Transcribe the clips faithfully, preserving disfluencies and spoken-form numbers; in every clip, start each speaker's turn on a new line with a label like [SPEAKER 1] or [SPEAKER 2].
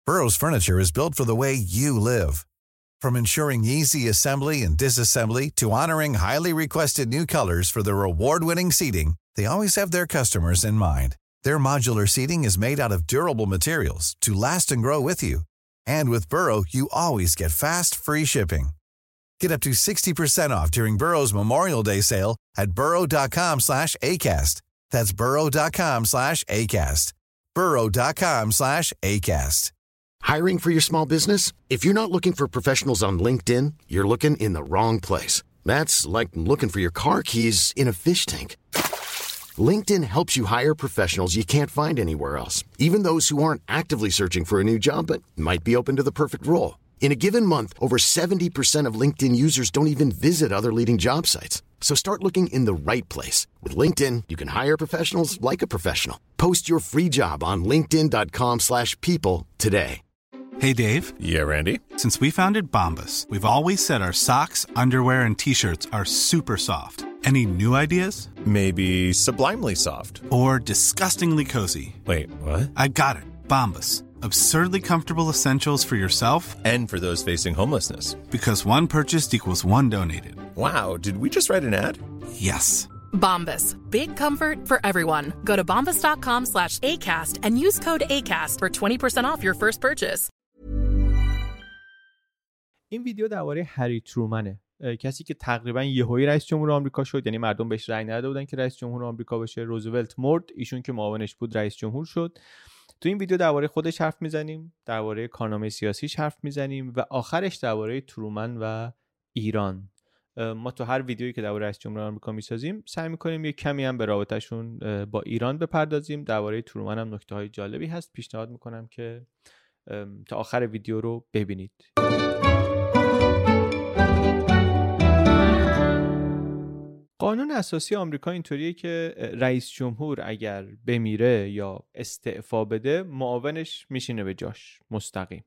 [SPEAKER 1] Burrow's furniture is built for the way you live. From ensuring easy assembly and disassembly to honoring highly requested new colors for their award-winning seating, they always have their customers in mind. Their modular seating is made out of durable materials to last and grow with you. And with Burrow, you always get fast, free shipping. Get up to sixty percent off during Burrow's Memorial Day sale at burrow.com slash ACAST. That's burrow.com slash ACAST. burrow.com slash ACAST.
[SPEAKER 2] Hiring for your small business? If you're not looking for professionals on LinkedIn, you're looking in the wrong place. That's like looking for your car keys in a fish tank. LinkedIn helps you hire professionals you can't find anywhere else, even those who aren't actively searching for a new job but might be open to the perfect role. In a given month, over seventy percent of LinkedIn users don't even visit other leading job sites. So start looking in the right place. With LinkedIn, you can hire professionals like a professional. Post your free job on linkedin.com slash people today.
[SPEAKER 3] Hey, Dave.
[SPEAKER 4] Yeah, Randy.
[SPEAKER 3] Since we founded Bombas, we've always said our socks, underwear, and T-shirts are super soft. Any new ideas?
[SPEAKER 4] Maybe sublimely soft.
[SPEAKER 3] Or disgustingly cozy.
[SPEAKER 4] Wait, what?
[SPEAKER 3] I got it. Bombas. Absurdly comfortable essentials for yourself
[SPEAKER 4] and for those facing homelessness.
[SPEAKER 3] Because one purchased equals one donated.
[SPEAKER 4] Wow, did we just write an ad?
[SPEAKER 3] Yes.
[SPEAKER 5] Bombas. Big comfort for everyone. Go to bombas.com slash ACAST and use code ACAST for twenty percent off your first purchase.
[SPEAKER 6] این ویدیو درباره هری ترومنه، کسی که تقریبا یهویی رئیس جمهور آمریکا شد. یعنی مردم بهش رأی نداده بودن که رئیس جمهور آمریکا بشه. روزولت مرد، ایشون که معاونش بود رئیس جمهور شد. تو این ویدیو درباره خودش حرف میزنیم، درباره کارنامه سیاسیش حرف میزنیم و آخرش درباره ترومن و ایران. ما تو هر ویدیویی که درباره رئیس جمهور آمریکا میسازیم سعی میکنیم یه کمی هم به رابطه‌شون با ایران بپردازیم. درباره ترومن هم نکته‌های جالبی هست. پیشنهاد میکنم که تا آخر ویدیو رو ببینید. قانون اساسی آمریکا اینطوریه که رئیس جمهور اگر بمیره یا استعفا بده معاونش میشینه به جاش مستقیم،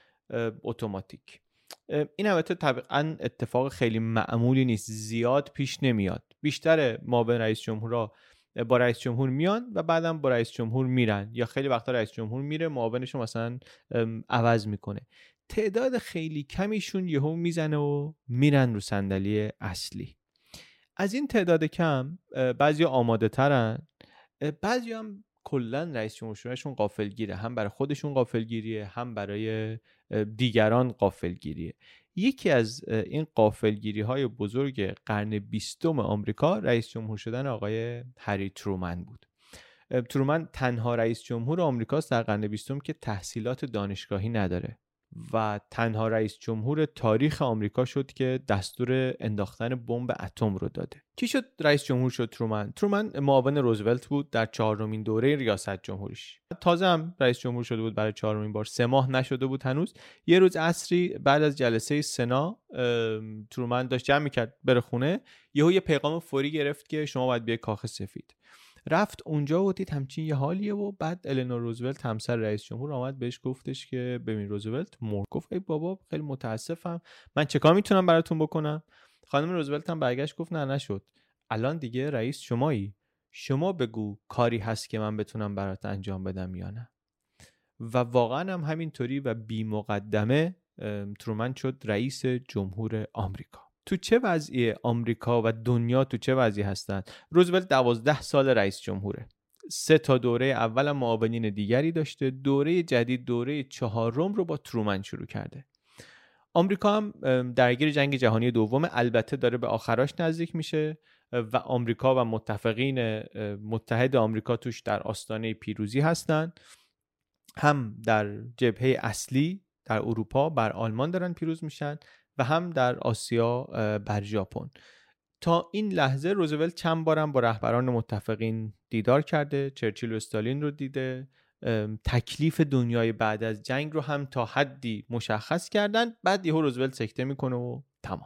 [SPEAKER 6] اتوماتیک. این البته طبعا اتفاق خیلی معمولی نیست، زیاد پیش نمیاد. بیشتر معاون رئیس جمهورها با رئیس جمهور میان و بعدم با رئیس جمهور میرن، یا خیلی وقتا رئیس جمهور میره معاونش رو مثلا عوض میکنه. تعداد خیلی کمیشون یهو میزنه و میرن رو صندلی اصلی. از این تعداد کم بعضی آماده ترن، بعضی هم کلن رئیس جمهورشون غافلگیره، هم برای خودشون غافلگیریه هم برای دیگران غافلگیریه. یکی از این غافلگیری های بزرگ قرن بیستم آمریکا رئیس جمهور شدن آقای هری ترومن بود. ترومن تنها رئیس جمهور آمریکاست در قرن بیستم که تحصیلات دانشگاهی نداره و تنها رئیس جمهور تاریخ آمریکا شد که دستور انداختن بمب اتم رو داده. کی شد رئیس جمهور شد ترومن؟ ترومن معاون روزولت بود در چهارمین دوره ریاست جمهوریش. تازه هم رئیس جمهور شده بود برای چهارمین بار، سه ماه نشده بود هنوز. یه روز عصری بعد از جلسه سنا ترومن داشت جمع می‌کرد بره خونه، یهو یه پیغام فوری گرفت که شما باید بیای کاخ سفید. رفت اونجا و دید همچین یه حالیه و بعد النور روزولت همسر رئیس جمهور آمد بهش گفتش که ببین روزولت مرد. گفت ای بابا خیلی متاسفم، من چه کار میتونم براتون بکنم؟ خانم روزولت هم برگشت گفت نه نشد، الان دیگه رئیس شمایی، شما بگو کاری هست که من بتونم برات انجام بدم یا نه. و واقعا هم همینطوری و بی مقدمه ترومن شد رئیس جمهور آمریکا. تو چه وضعیه آمریکا و دنیا تو چه وضعی هستن؟ روزولت دوازده سال رئیس جمهوره، سه تا دوره اول هم معاونین دیگری داشته، دوره جدید دوره چهارم رو با ترومن شروع کرده. آمریکا هم درگیر جنگ جهانی دوم، البته داره به آخراش نزدیک میشه و آمریکا و متفقین متحد آمریکا توش در آستانه پیروزی هستن. هم در جبهه اصلی در اروپا بر آلمان دارن پیروز میشن و هم در آسیا بر ژاپن. تا این لحظه روزولت چند بارم با رهبران متفقین دیدار کرده، چرچیل و استالین رو دیده، تکلیف دنیای بعد از جنگ رو هم تا حدی مشخص کردن. بعد یهو روزولت سکته میکنه و تمام.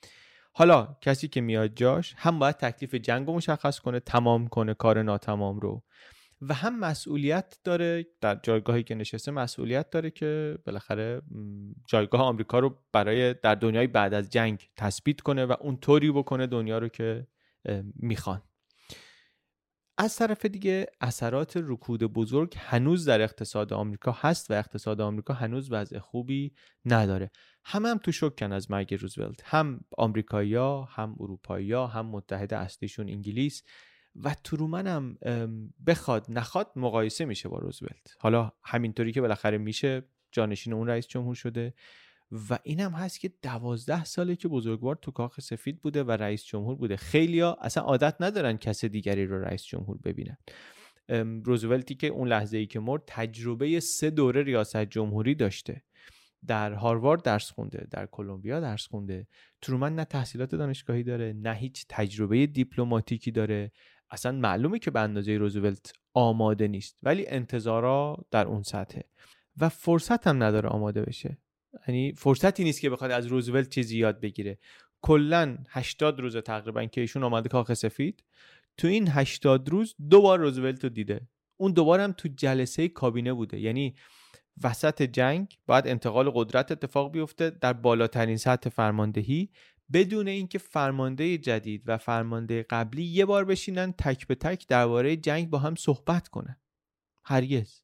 [SPEAKER 6] حالا کسی که میاد جاش هم باید تکلیف جنگ رو مشخص کنه، تمام کنه کار ناتمام رو، و هم مسئولیت داره در جایگاهی که نشسته، مسئولیت داره که بالاخره جایگاه آمریکا رو برای در دنیای بعد از جنگ تثبیت کنه و اون طوری بکنه دنیا رو که میخوان. از طرف دیگه اثرات رکود بزرگ هنوز در اقتصاد آمریکا هست و اقتصاد آمریکا هنوز وضع خوبی نداره. هم هم تو شوکن از مرگ روزولت، هم آمریکایی‌ها، هم اروپایی‌ها، هم متحد اصلیشون انگلیس و ترومن هم بخواد نخواد مقایسه میشه با روزولت. حالا همینطوری که بالاخره میشه جانشین اون رئیس جمهور شده و اینم هست که دوازده ساله که بزرگوار تو کاخ سفید بوده و رئیس جمهور بوده. خیلیا اصلا عادت ندارن کس دیگری رو رئیس جمهور ببینن. روزولتی که اون لحظه‌ای که مرد تجربه سه دوره ریاست جمهوری داشته، در هاروارد درس خونده، در کلمبیا درس خونده. ترومن نه تحصیلات دانشگاهی داره، نه هیچ تجربه دیپلماتیکی داره. اصلا معلومه که به اندازه روزولت آماده نیست، ولی انتظارا در اون سطحه و فرصت هم نداره آماده بشه. یعنی فرصتی نیست که بخواد از روزولت چیزی یاد بگیره. کلاً هشتاد روز تقریبا که ایشون اومده کاخ سفید، تو این هشتاد روز دو بار روزولت رو دیده. اون دوباره هم تو جلسه کابینه بوده. یعنی وسط جنگ باید انتقال قدرت اتفاق بیفته در بالاترین سطح فرماندهی، بدون اینکه فرمانده جدید و فرمانده قبلی یه بار بشینن تک به تک درباره جنگ با هم صحبت کنن. هرگز.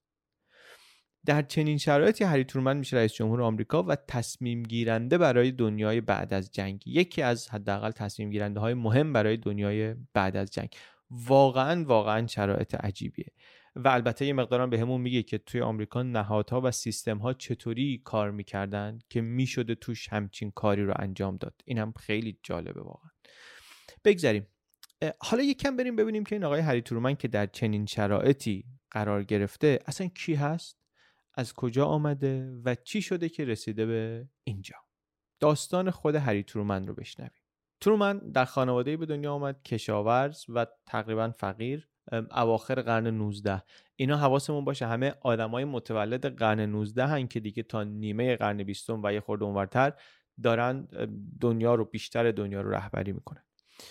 [SPEAKER 6] در چنین شرایطی هری ترومن میشه رئیس جمهور آمریکا و تصمیم گیرنده برای دنیای بعد از جنگ، یکی از حداقل تصمیم گیرنده های مهم برای دنیای بعد از جنگ. واقعا واقعا شرایط عجیبیه و البته یه مقدارم بهمون میگه که توی آمریکا نهادها و سیستم‌ها چطوری کار میکردن که میشده توش همچین کاری رو انجام داد. اینم خیلی جالبه واقعا. بگذاریم حالا یکم بریم ببینیم که این آقای هری ترومن که در چنین شرایطی قرار گرفته اصلا کی هست، از کجا آمده و چی شده که رسیده به اینجا. داستان خود هری ترومن رو بشنویم. ترومن در خانواده‌ای به دنیا آمد کشاورز و تقریبا فقیر، اواخر قرن نوزده. اینا حواسمون باشه همه آدمای متولد قرن نوزده هن که دیگه تا نیمه قرن بیستم و یه خورده اونورتر دارن دنیا رو بیشتر دنیا رو رهبری میکنن.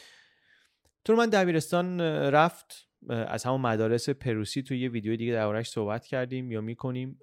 [SPEAKER 6] ترومن دبیرستان رفت، از همون مدارس پروسی توی یه ویدیو دیگه دربارش صحبت کردیم یا میکنیم.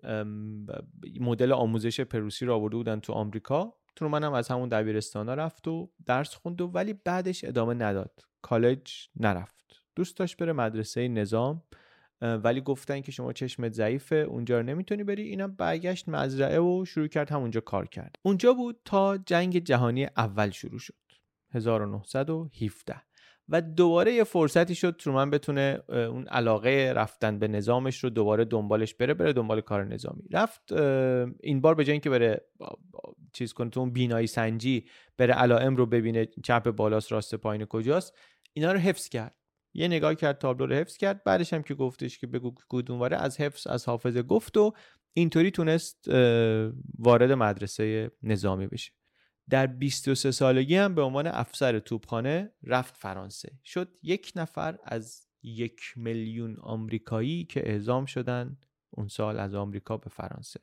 [SPEAKER 6] مدل آموزش پروسی رو آورده بودن تو آمریکا. ترومن هم از همون دبیرستانا رفت و درس خوند و ولی بعدش ادامه نداد، کالج نرفت. دوست داشت بره مدرسه نظام ولی گفتن که شما چشمت ضعیفه اونجا رو نمیتونی بری. اینم برگشت مزرعه و شروع کرد همونجا کار کرد. اونجا بود تا جنگ جهانی اول شروع شد هزار و نهصد و هفده و دوباره یه فرصتی شد ترومن بتونه اون علاقه رفتن به نظامش رو دوباره دنبالش بره بره دنبال کار نظامی. رفت این بار به جای اینکه بره چیز کنه تو اون بینایی سنجی بره علائم رو ببینه چپ بالاست راست پایین کجاست، اینا رو حفظ کرد. یه نگاه کرد تابلو رو حفظ کرد، بعدش هم که گفتش که بگو کدومواره از حفظ از حافظه گفت و اینطوری تونست وارد مدرسه نظامی بشه. در بیست و سه سالگی هم به عنوان افسر توپخانه رفت فرانسه. شد یک نفر از یک میلیون آمریکایی که اعزام شدن اون سال از آمریکا به فرانسه.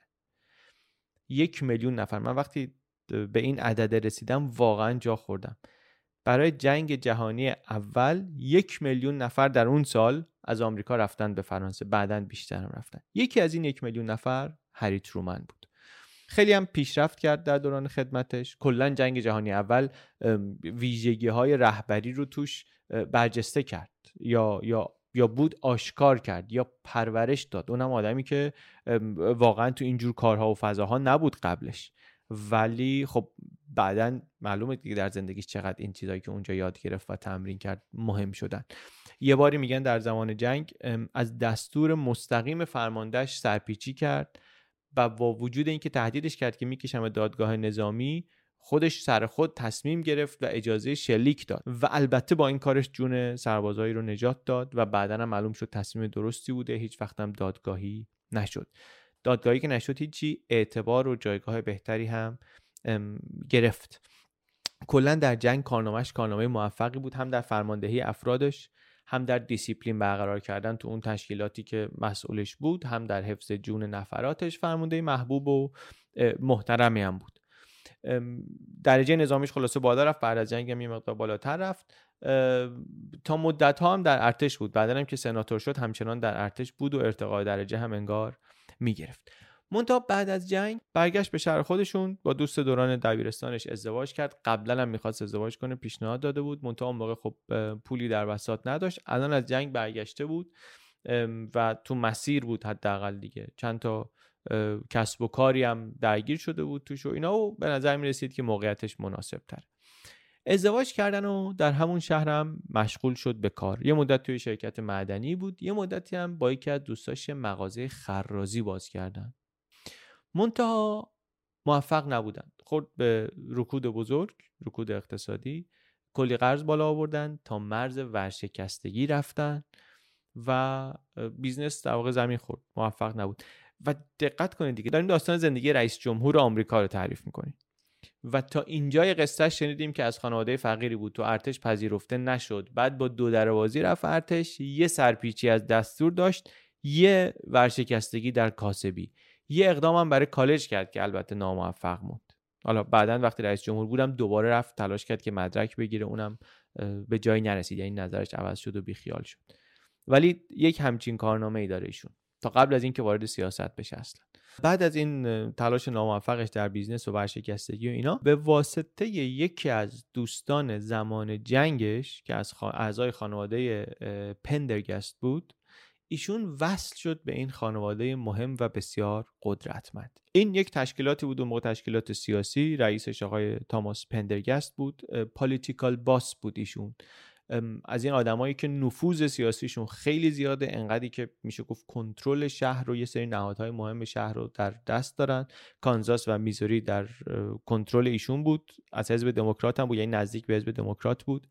[SPEAKER 6] یک میلیون نفر. من وقتی به این عدد رسیدم واقعا جا خوردم. برای جنگ جهانی اول یک میلیون نفر در اون سال از آمریکا رفتن به فرانسه، بعداً بیشتر هم رفتن. یکی از این یک میلیون نفر هری ترومن بود. خیلی هم پیشرفت کرد در دوران خدمتش. کلاً جنگ جهانی اول ویژگی‌های رهبری رو توش برجسته کرد یا یا یا بود آشکار کرد یا پرورش داد. اونم آدمی که واقعاً تو اینجور کارها و فضاها نبود قبلش، ولی خب بعداً معلومه دیگه در زندگیش چقدر این چیزایی که اونجا یاد گرفت و تمرین کرد مهم شدن. یه باری میگن در زمان جنگ از دستور مستقیم فرماندهش سرپیچی کرد و با وجود اینکه تهدیدش کرد که میکشم دادگاه نظامی، خودش سر خود تصمیم گرفت و اجازه شلیک داد و البته با این کارش جون سربازایی رو نجات داد و بعداً هم معلوم شد تصمیم درستی بوده. هیچ وقت هم دادگاهی نشد. دادگاهی که نشد هیچی، اعتبار و جایگاه بهتری هم گرفت. کلا در جنگ کارنامه‌اش کارنامه موفقی بود، هم در فرماندهی افرادش، هم در دیسیپلین برقرار کردن تو اون تشکیلاتی که مسئولش بود، هم در حفظ جون نفراتش فرمانده محبوب و محترمی هم بود. درجه نظامیش خلاصه بالا رفت، بعد از جنگ هم یه مقدار بالاتر رفت. تا مدت ها هم در ارتش بود. بعدن هم که سناتور شد همچنان در ارتش بود و ارتقای درجه هم انگار میگرفت. منتها بعد از جنگ برگشت به شهر خودشون، با دوست دوران دبیرستانش ازدواج کرد. قبلا هم میخواست ازدواج کنه، پیشنهاد داده بود، منتها اون موقع خب پولی در بساط نداشت. الان از جنگ برگشته بود و تو مسیر بود، حداقل دیگه چند تا کسب و کاری هم درگیر شده بود توش و اینا، و به نظر می رسید که موقعیتش مناسب تر. ازدواج کردن و در همون شهر هم مشغول شد به کار. یه مدت توی شرکت معدنی بود، یه مدتی هم با یکی از دوستاش مغازه خرازی باز کردن. منتها موفق نبودن، خورد به رکود بزرگ، رکود اقتصادی، کلی قرض بالا آوردن تا مرز ورشکستگی رفتن و بیزنس در واقع زمین خورد، موفق نبود. و دقت کنید دیگه، داریم داستان زندگی رئیس جمهور آمریکا رو تعریف میکنیم و تا اینجای قصه شنیدیم که از خانواده فقیری بود، تو ارتش پذیرفته نشد، بعد با دو دربازی رفت ارتش، یه سرپیچی از دستور داشت، یه ورشکستگی در کاسبی، یه اقدام هم برای کالج کرد که البته ناموفق موند. حالا بعدن وقتی رئیس جمهور بودم دوباره رفت تلاش کرد که مدرک بگیره، اونم به جایی نرسید، یعنی نظرش عوض شد و بیخیال شد. ولی یک همچین کارنامه‌ای داره ایشون تا قبل از اینکه وارد سیاست بشه. اصلا بعد از این تلاش ناموفقش در بیزنس و ورشکستگی و اینا، به واسطه یکی از دوستان زمان جنگش که از اعضای خانواده پندرگست بود، ایشون وصل شد به این خانواده مهم و بسیار قدرتمند. این یک تشکیلاتی بود، اون موقع تشکیلات سیاسی، رئیسش آقای تاماس پندرگست بود، پالیتیکال باس بود ایشون، از این آدمایی که نفوذ سیاسیشون خیلی زیاده، انقدری که میشه گفت کنترل شهر رو، یه سری نهادهای مهم شهر رو در دست دارن. کانزاس و میزوری در کنترل ایشون بود، از حزب دموکرات هم بود، یعنی نزدیک به حزب دموکرات بود.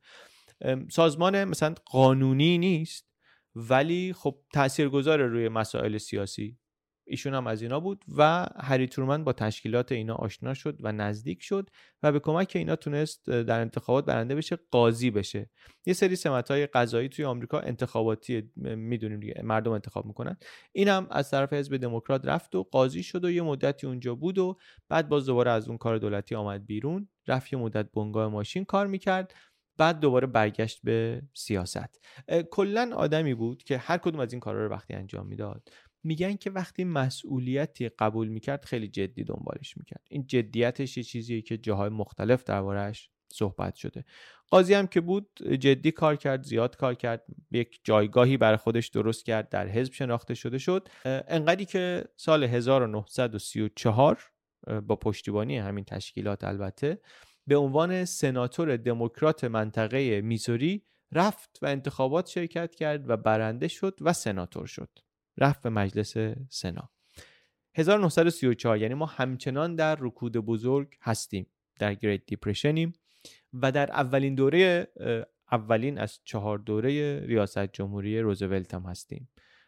[SPEAKER 6] سازمان مثلا قانونی نیست ولی خب تاثیرگذار روی مسائل سیاسی. ایشون هم از اینا بود و هری ترومن با تشکیلات اینا آشنا شد و نزدیک شد و به کمک اینا تونست در انتخابات برنده بشه، قاضی بشه. یه سری سمت‌های قضایی توی آمریکا انتخاباتی، میدونیم دیگه، مردم انتخاب میکنن. اینم از طرف حزب دموکرات رفت و قاضی شد و یه مدتی اونجا بود و بعد باز دوباره از اون کار دولتی آمد بیرون، رفت یه مدت بنگاه ماشین کار میکرد، بعد دوباره برگشت به سیاست. کلاً آدمی بود که هر کدوم از این کارا رو وقتی انجام میداد، میگن که وقتی مسئولیتی قبول میکرد خیلی جدی دنبالش میکرد. این جدیتش یه چیزیه که جاهای مختلف درباره‌اش صحبت شده. قاضی هم که بود جدی کار کرد، زیاد کار کرد، یک جایگاهی برای خودش درست کرد، در حزب شناخته شده شد، انقدری که سال هزار و نهصد و سی و چهار با پشتیبانی همین تشکیلات البته به عنوان سناتور دموکرات منطقه میزوری رفت و انتخابات شرکت کرد و برنده شد و سناتور شد، رفت به مجلس سنا. هزار و نهصد و سی و چهار، یعنی ما همچنان در رکود بزرگ هستیم، در گریت دیپرشنیم و در اولین دوره، اولین از چهار دوره ریاست جمهوری روزولت هم هستیم.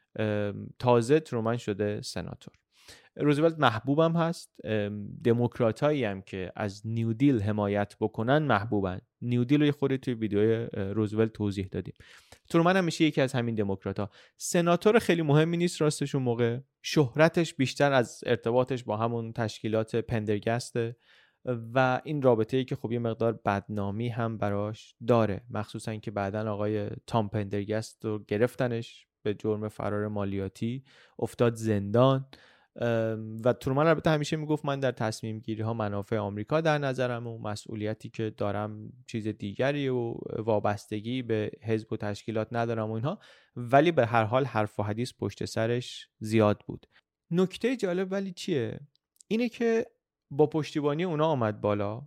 [SPEAKER 6] تازه ترومن شده سناتور. روزولت محبوبم هست، دموکراتایی هم که از نیو دیل حمایت بکنن محبوبن. نیو دیل رو یه خورده توی ویدیوی روزولت توضیح دادیم. ترومن هم میشه یکی از همین دموکرات‌ها. سناتور خیلی مهمی نیست راستش، اون موقع شهرتش بیشتر از ارتباطش با همون تشکیلات پندرگسته و این رابطه‌ای که خب یه مقدار بدنامی هم براش داره، مخصوصا که بعدن آقای تام پندرگست رو گرفتنش به جرم فرار مالیاتی، افتاد زندان و ترومن البته همیشه میگفت من در تصمیم گیری ها منافع آمریکا در نظرم و مسئولیتی که دارم چیز دیگری و وابستگی به حزب و تشکیلات ندارم و اینها، ولی به هر حال حرف و حدیث پشت سرش زیاد بود. نکته جالب ولی چیه؟ اینه که با پشتیبانی اونا آمد بالا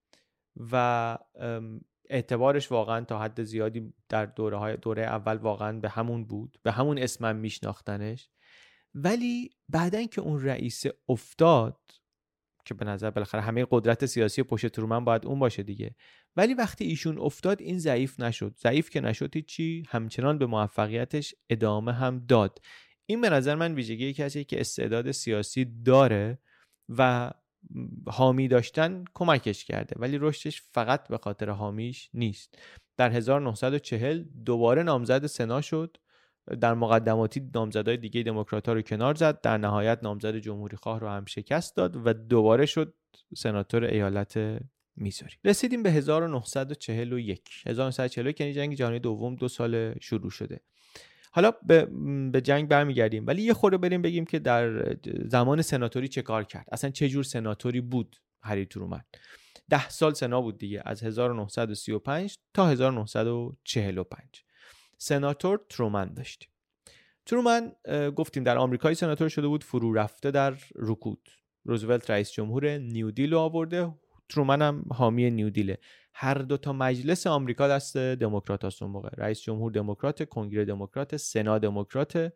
[SPEAKER 6] و اعتبارش واقعا تا حد زیادی در دوره های دوره اول واقعا به همون بود، به همون اسمم میشناختنش. ولی بعدن که اون رئیس افتاد، که به نظر بالاخره همه قدرت سیاسی پشت ترومن باید اون باشه دیگه، ولی وقتی ایشون افتاد این ضعیف نشد. ضعیف که نشد چی، همچنان به موفقیتش ادامه هم داد. این به نظر من ویژگی کسی که استعداد سیاسی داره و حامی داشتن کمکش کرده، ولی رشدش فقط به خاطر حامیش نیست. در هزار و نهصد و چهل دوباره نامزد سنا شد، در مقدماتی نامزدهای دیگه دموکرات‌ها رو کنار زد، در نهایت نامزد جمهوری خواه رو هم شکست داد و دوباره شد سناتور ایالت میزوری. رسیدیم به هزار و نهصد و چهل و یک. هزار و نهصد و چهل و یک یعنی جنگ جهانی دوم دو سال شروع شده. حالا به, به جنگ برمیگردیم، ولی یه خورده بریم بگیم که در زمان سناتوری چه کار کرد، اصلا چه جور سناتوری بود هری ترومن. ده سال سنا بود دیگه، از هزار و نهصد و سی و پنج تا هزار و نهصد و چهل و پنج سناتور ترومن داشتیم. ترومن گفتیم در آمریکای سناتور شده بود، فرو رفته در رکود. روزولت رئیس جمهور نیو دیل رو آورده، ترومن هم حامی نیو دیله. هر دو تا مجلس آمریکا دست دموکرات هست اون موقع، رئیس جمهور دموکرات، کنگره دموکرات، سنا دموکرات.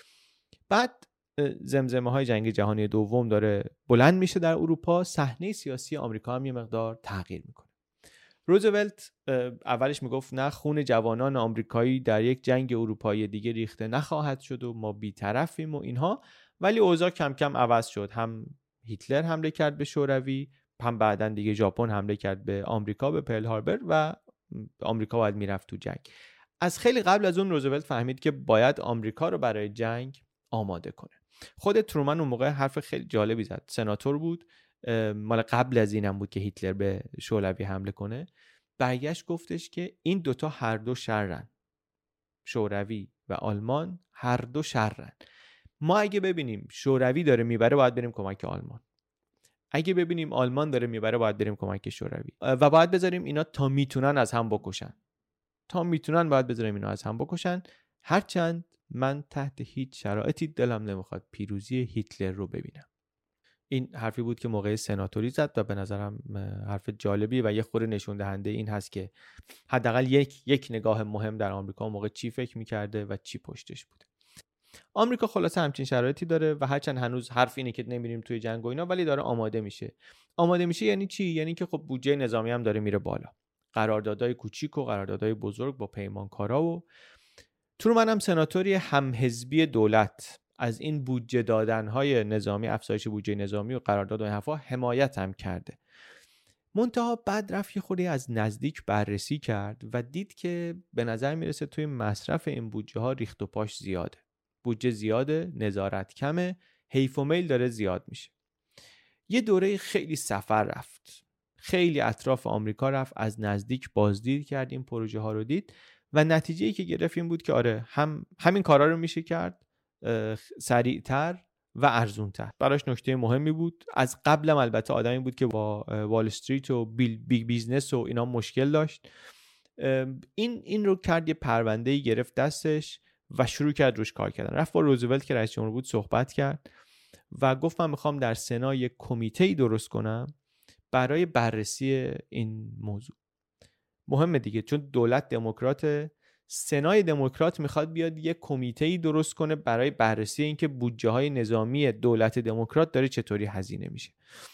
[SPEAKER 6] بعد زمزمه های جنگ جهانی دوم داره بلند میشه در اروپا، صحنه سیاسی آمریکا هم یه مقدار تغییر میکنه. روزولت اولش میگفت نه، خون جوانان آمریکایی در یک جنگ اروپایی دیگه ریخته نخواهد شد و ما بی‌طرفیم و اینها، ولی اوضاع کم کم عوض شد. هم هیتلر حمله کرد به شوروی، هم بعداً دیگه ژاپن حمله کرد به آمریکا، به پرل هاربر، و آمریکا باید میرفت تو جنگ. از خیلی قبل از اون روزولت فهمید که باید آمریکا رو برای جنگ آماده کنه. خود ترومن اون موقع حرف خیلی جالبی زد. سناتور بود، مال قبل از اینم بود که هیتلر به شوروی حمله کنه. برگشت گفتش که این دوتا هر دو شرن، شوروی و آلمان هر دو شرن. ما اگه ببینیم شوروی داره میبره باید بریم کمک آلمان، اگه ببینیم آلمان داره میبره باید بریم کمک شوروی، و باید بذاریم اینا تا میتونن از هم بکشن، تا میتونن باید بذاریم اینا از هم بکشن. هرچند من تحت هیچ شرایطی دلم نمیخواد پیروزی هیتلر رو ببینم. این حرفی بود که موقع سناتوری زد و به نظرم حرف جالبیه و یه خورده نشون دهنده این هست که حداقل یک یک نگاه مهم در آمریکا موقع چی فکر میکرده و چی پشتش بوده. آمریکا خلاصه همچین شرایطی داره و هرچند هنوز حرف اینه که نمیریم توی جنگ و اینا، ولی داره آماده میشه. آماده میشه یعنی چی؟ یعنی که خب بودجه نظامی هم داره میره بالا، قراردادهای کوچیک و قراردادهای بزرگ با پیمانکارا. و ترومن هم سناتوری همحزبی دولت از این بودجه دادنهای نظامی، افزایش بودجه نظامی و قرارداد و حرفا حمایت هم کرده. منتها بعد رفت یه خورده از نزدیک بررسی کرد و دید که به نظر میرسه توی مصرف این بودجه ها ریخت و پاش زیاده، بودجه زیاده، نظارت کمه، حیف و میل داره زیاد میشه. یه دوره خیلی سفر رفت، خیلی اطراف آمریکا رفت، از نزدیک بازدید کرد این پروژه ها رو دید و نتیجه‌ای که گرفت این بود که آره هم همین کارا رو میشه کرد سریعتر و ارزونتر. براش نکته مهمی بود. از قبلم البته آدمی بود که با وال استریت و بیگ بیزنس و اینا مشکل داشت. این این رو کرد یه پرونده‌ای گرفت دستش و شروع کرد روش کار کردن. رفت با روزولت که رئیس جمهور بود صحبت کرد و گفت من میخوام در سنا یک کمیته‌ای درست کنم برای بررسی این موضوع. مهمه دیگه، چون دولت دموکرات، سنای دموکرات میخواد بیاد یک کمیته‌ای درست کنه برای بررسی اینکه بودجه‌های نظامی دولت دموکرات داره چطوری هزینه میشه.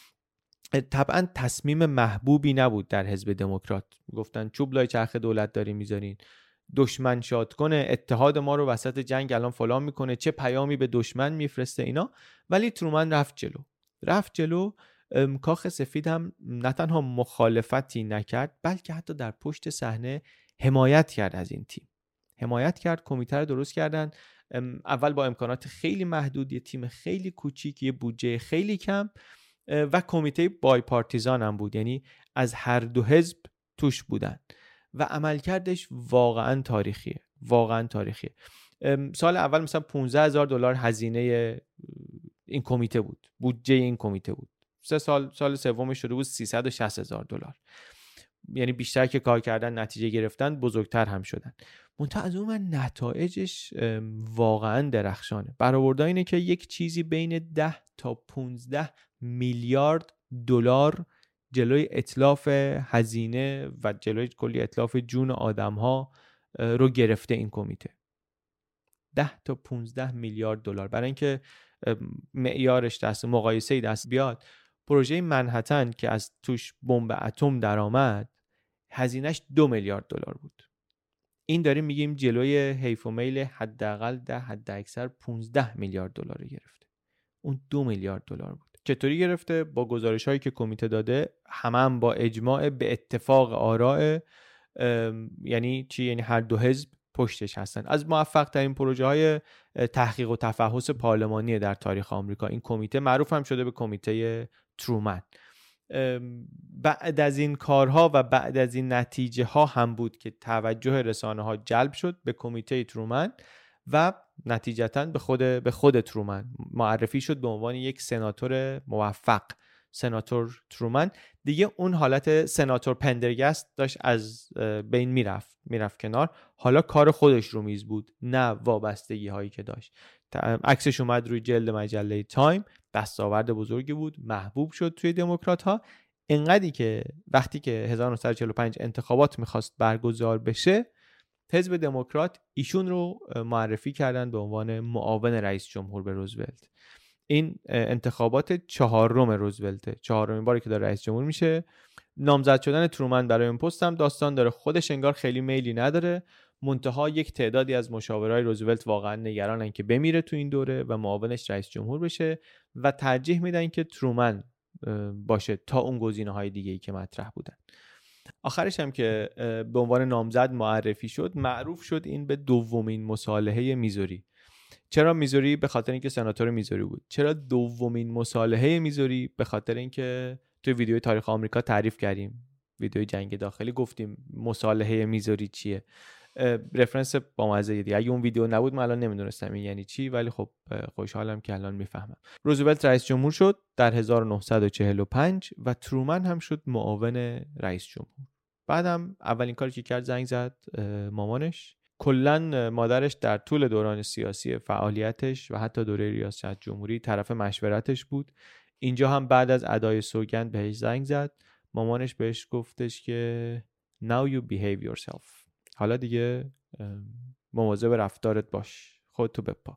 [SPEAKER 6] طبعا تصمیم محبوبی نبود در حزب دموکرات. گفتن چوب لای چرخ دولت داری میذارین، دشمن شاد کنه، اتحاد ما رو وسط جنگ الان فلان میکنه، چه پیامی به دشمن میفرسته اینا. ولی ترومن رفت جلو رفت جلو کاخ سفید هم نه تنها مخالفتی نکرد، بلکه حتی در پشت صحنه حمایت کرد از این تیم. حمایت کرد، کمیته رو درست کردن. اول با امکانات خیلی محدود، یه تیم خیلی کوچیک، یه بودجه خیلی کم و کمیته بای پارتیزان هم بود، یعنی از هر دو حزب توش بودن و عملکردش واقعا تاریخیه. واقعا تاریخیه. سال اول مثلا پانزده هزار دلار هزینه این کمیته بود، بودجه این کمیته بود. سه سال سال سومش شده بود سیصد و شصت هزار دلار. یعنی بیشتر که کار کردن، نتیجه گرفتن، بزرگتر هم شدن. منتها از اون من نتایجش واقعا درخشانه. برآورد اینه که یک چیزی بین ده تا پانزده میلیارد دلار جلوی اتلاف هزینه و جلوی کلی اتلاف جون آدم‌ها رو گرفته این کمیته. ده تا پانزده میلیارد دلار. برای اینکه معیارش دست مقایسه‌ای دست بیاد، پروژه منهتن که از توش بمب اتم درآمد هزینهش دو میلیارد دلار بود. این داریم میگیم جلوی حیف و میل حداقل ده حد اکثر پانزده میلیارد دلار گرفته. اون دو میلیارد دلار بود. چطوری گرفته؟ با گزارش‌هایی که کمیته داده، همه هم با اجماع به اتفاق آراء، یعنی چی؟ یعنی هر دو حزب پشتش هستن. از موفق ترین پروژه های تحقیق و تفحص پارلمانی در تاریخ آمریکا این کمیته، معروف هم شده به کمیته ترومن. بعد از این کارها و بعد از این نتیجه ها هم بود که توجه رسانه ها جلب شد به کمیته ترومن و نتیجتاً به خود به خود ترومن معرفی شد به عنوان یک سناتور موفق. سناتور ترومن دیگه اون حالت سناتور پندرگست داشت از بین میرفت میرفت کنار. حالا کار خودش رو میز بود، نه وابستگی هایی که داشت. عکسش اومد روی جلد مجله تایم، دستاورد بزرگی بود، محبوب شد توی دموکرات ها، اینقدری که وقتی که هزار و نهصد و چهل و پنج انتخابات میخواست برگزار بشه، حزب دموکرات ایشون رو معرفی کردن به عنوان معاون رئیس جمهور به روزولت. این انتخابات چهارم روزولت، چهارمین باری که داره رئیس جمهور میشه. نامزد شدن ترومن برای این پست هم داستان داره، خودش انگار خیلی میلی نداره، منتها یک تعدادی از مشاورای روزولت واقعا نگرانن که بمیره تو این دوره و معاونش رئیس جمهور بشه و ترجیح میدن که ترومن باشه تا اون گزینه‌های دیگه‌ای که مطرح بودن. آخرش هم که به عنوان نامزد معرفی شد، معروف شد این به دومین مصالحه میزوری. چرا میزوری؟ به خاطر اینکه سناتور میزوری بود. چرا دومین مصالحه میزوری؟ به خاطر اینکه توی ویدیوی تاریخ آمریکا تعریف کردیم، ویدیوی جنگ داخلی، گفتیم مصالحه میزوری چیه. رفرنس با مزه دیگه. اگه اون ویدیو نبود من الان نمیدونستم این یعنی چی، ولی خب خوشحالم که الان میفهمم. روزولت رئیس جمهور شد در هزار و نهصد و چهل و پنج و ترومن هم شد معاون رئیس جمهور. بعدم اولین کاری که کرد زنگ زد مامانش. کلاً مادرش در طول دوران سیاسی فعالیتش و حتی دوره ریاست جمهوری طرف مشورتش بود. اینجا هم بعد از ادای سوگند بهش زنگ زد. مامانش بهش گفتش که now you behave yourself. حالا دیگه مواظب رفتارت باش، خودتو بپا.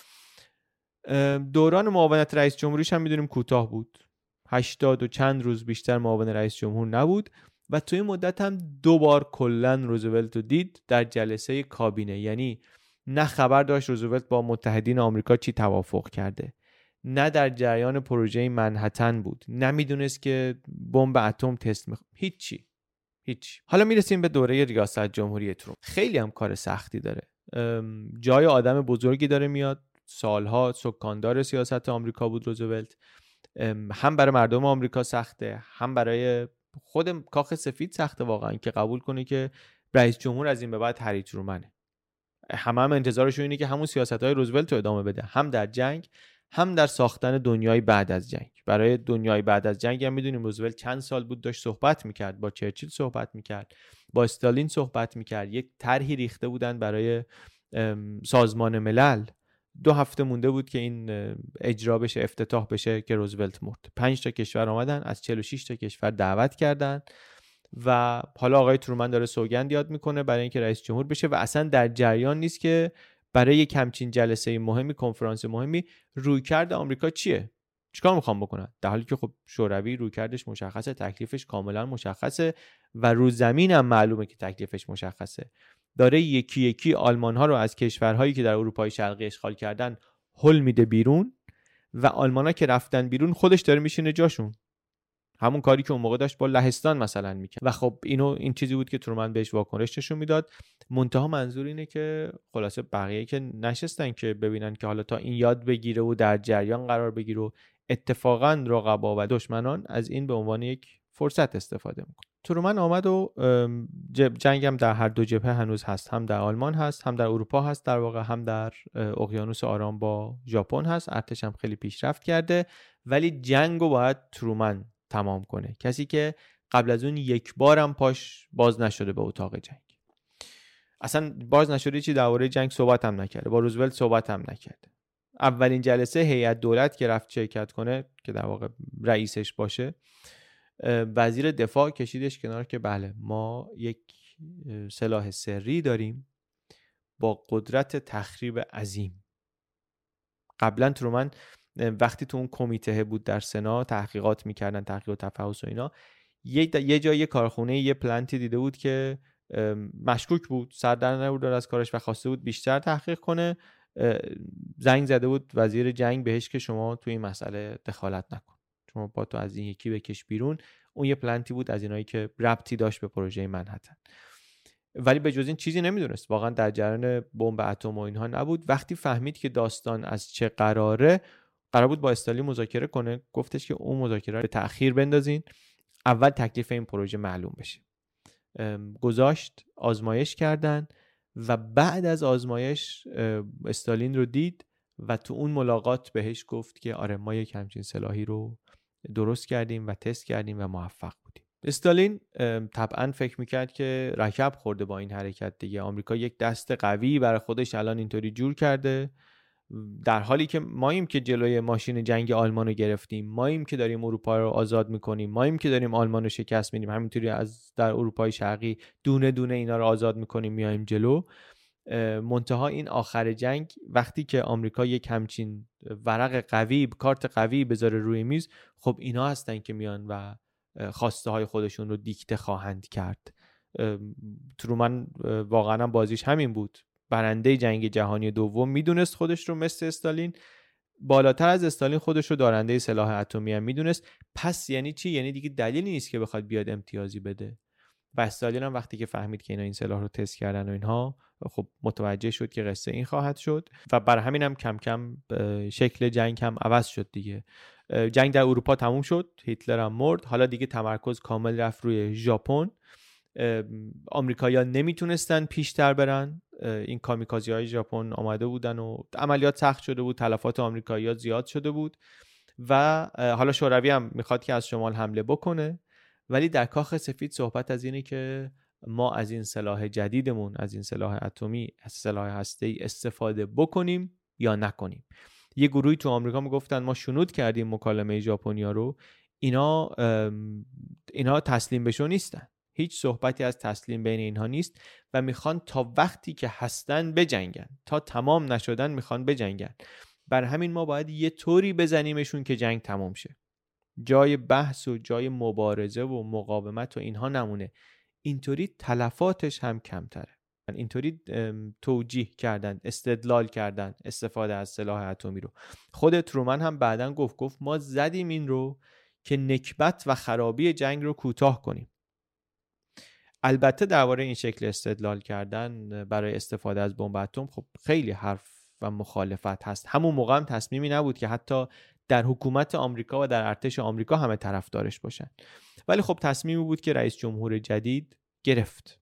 [SPEAKER 6] دوران معاونت رئیس جمهوریش هم میدونیم کوتاه بود، هشتاد و چند روز بیشتر معاون رئیس جمهور نبود و توی مدت هم دو بار کلن روزولت رو دید در جلسه کابینه. یعنی نه خبر داشت روزولت با متحدین آمریکا چی توافق کرده، نه در جریان پروژه منهتن بود، نمیدونست که بمب اتم تست میخواد، هیچی هیچ. حالا میرسیم به دوره ریاست جمهوری ترومن. خیلی هم کار سختی داره، جای آدم بزرگی داره میاد، سالها سکاندار سیاست آمریکا بود روزولت. هم برای مردم آمریکا سخته، هم برای خود کاخ سفید سخته واقعا که قبول کنه که رئیس جمهور از این به بعد هری ترومنه. همه هم انتظارشون اینه که همون سیاست‌های روزولت رو ادامه بده، هم در جنگ هم در ساختن دنیای بعد از جنگ. برای دنیای بعد از جنگ هم میدونیم روزولت چند سال بود داشت صحبت میکرد، با چرچیل صحبت میکرد، با استالین صحبت میکرد، یک طرحی ریخته بودن برای سازمان ملل. دو هفته مونده بود که این اجرا بشه، افتتاح بشه که روزولت مرد. پنج تا کشور آمدن، از چهل و شش تا کشور دعوت کردن و حالا آقای ترومن داره سوگند یاد میکنه برای اینکه رئیس جمهور بشه و اصلا در جریان نیست که برای یک همچین جلسه مهمی، کنفرانس مهمی، رویکرد آمریکا چیه، چیکار میخوام بکنن، در حالی که خب شوروی رویکردش مشخصه، تکلیفش کاملا مشخصه و رو زمین هم معلومه که تکلیفش مشخصه. داره یکی یکی آلمان ها رو از کشورهایی که در اروپای شرقی اشغال کردن هل میده بیرون و آلمان ها که رفتن بیرون خودش داره میشینه جاشون. همون کاری که اون موقع داشت با لهستان مثلا میکرد. و خب اینو این چیزی بود که ترومن بهش واکنش نشون میداد. منتها منظور اینه که خلاصه بقیه که نشستن که ببینن که حالا تا این یاد بگیره و در جریان قرار بگیره و اتفاقا رقبا و دشمنان از این به عنوان یک فرصت استفاده میکنه. ترومن آمد و جنگ هم در هر دو جبهه هنوز هست، هم در آلمان هست، هم در اروپا هست، در واقع هم در اقیانوس آرام با ژاپن هست. ارتش هم خیلی پیشرفت کرده، ولی جنگو باید ترومن تمام کنه، کسی که قبل از اون یک بارم پاش باز نشده به اتاق جنگ. اصلا باز نشده، چی درباره جنگ صحبت هم نکرده، با روزولت صحبت هم نکرده. اولین جلسه هیئت دولت که رفت شرکت کنه که در واقع رئیسش باشه، وزیر دفاع کشیدش کنار که بله ما یک سلاح سری داریم با قدرت تخریب عظیم. قبلا ترومن وقتی تو اون کمیته بود در سنا تحقیقات میکردن، تحقیق و تفحص و اینا، یه یه جای کارخونه یه پلنتی دیده بود که مشکوک بود، سر در نبود از کارش و خواسته بود بیشتر تحقیق کنه. زنگ زده بود وزیر جنگ بهش که شما تو این مسئله دخالت نکن، شما با تو از این یکی بکش بیرون. اون یه پلنتی بود از اینایی که ربطی داشت به پروژه منهتن، ولی به جز این چیزی نمیدونست، واقعا در جریان بمب اتم و اینها نبود. وقتی فهمید که داستان از چه قراره، قرار بود با استالین مذاکره کنه، گفتش که اون مذاکره رو به تأخیر بندازین، اول تکلیف این پروژه معلوم بشه. گذاشت، آزمایش کردن و بعد از آزمایش استالین رو دید و تو اون ملاقات بهش گفت که آره ما یک همچین سلاحی رو درست کردیم و تست کردیم و موفق بودیم. استالین طبعا فکر میکرد که رکب خورده با این حرکت دیگه. آمریکا یک دست قوی برای خودش الان اینطوری جور کرده، در حالی که ماییم که جلوی ماشین جنگ آلمان رو گرفتیم، ماییم که داریم اروپا رو آزاد میکنیم، ماییم که داریم آلمان رو شکست میدیم، همینطوری از در اروپای شرقی دونه دونه اینا رو آزاد میکنیم میایم جلو. منتها این آخر جنگ وقتی که آمریکا یک همچین ورق قوی، کارت قوی بذاره روی میز، خب اینا هستن که میان و خواسته های خودشون رو دیکته خواهند کرد. ترومن واقعا بازیش همین بود. برنده جنگ جهانی دوم میدونست خودش رو مثل استالین، بالاتر از استالین خودش رو دارنده سلاح اتمی هم میدونست. پس یعنی چی؟ یعنی دیگه دلیلی نیست که بخواد بیاد امتیازی بده. و استالین هم وقتی که فهمید که اینا این سلاح رو تست کردن و اینها، خب متوجه شد که قصه این خواهد شد و برای همین هم کم کم شکل جنگ هم عوض شد دیگه. جنگ در اروپا تموم شد، هیتلر هم مرد، حالا دیگه تمرکز کامل رفت روی ژاپن. آمریکایی‌ها نمیتونستن پیشتر برن، این کامیکازی‌های ژاپن آمده بودن و عملیات سخت شده بود، تلفات آمریکایی‌ها زیاد شده بود و حالا شوروی هم میخواد که از شمال حمله بکنه. ولی در کاخ سفید صحبت از اینه که ما از این سلاح جدیدمون، از این سلاح اتمی، از سلاح هسته‌ای استفاده بکنیم یا نکنیم. یه گروهی تو آمریکا میگفتن ما شنود کردیم مکالمه ژاپنیا رو، اینا اینا تسلیم بشو نیستن، هیچ صحبتی از تسلیم بین اینها نیست و میخوان تا وقتی که هستن بجنگن، تا تمام نشدن میخوان بجنگن. بر همین ما باید یه طوری بزنیمشون که جنگ تمام شه، جای بحث و جای مبارزه و مقاومت و اینها نمونه. اینطوری تلفاتش هم کمتره. اینطوری توجیه کردن، استدلال کردن استفاده از سلاح اتمی رو. خود ترومن هم بعدن گفت گفت ما زدیم این رو که نکبت و خرابی جنگ رو کوتاه کنیم. البته درباره این شکل استدلال کردن برای استفاده از بمب اتم خب خیلی حرف و مخالفت هست. همون موقع هم تصمیمی نبود که حتی در حکومت آمریکا و در ارتش آمریکا همه طرفدارش باشن. ولی خب تصمیمی بود که رئیس جمهور جدید گرفت.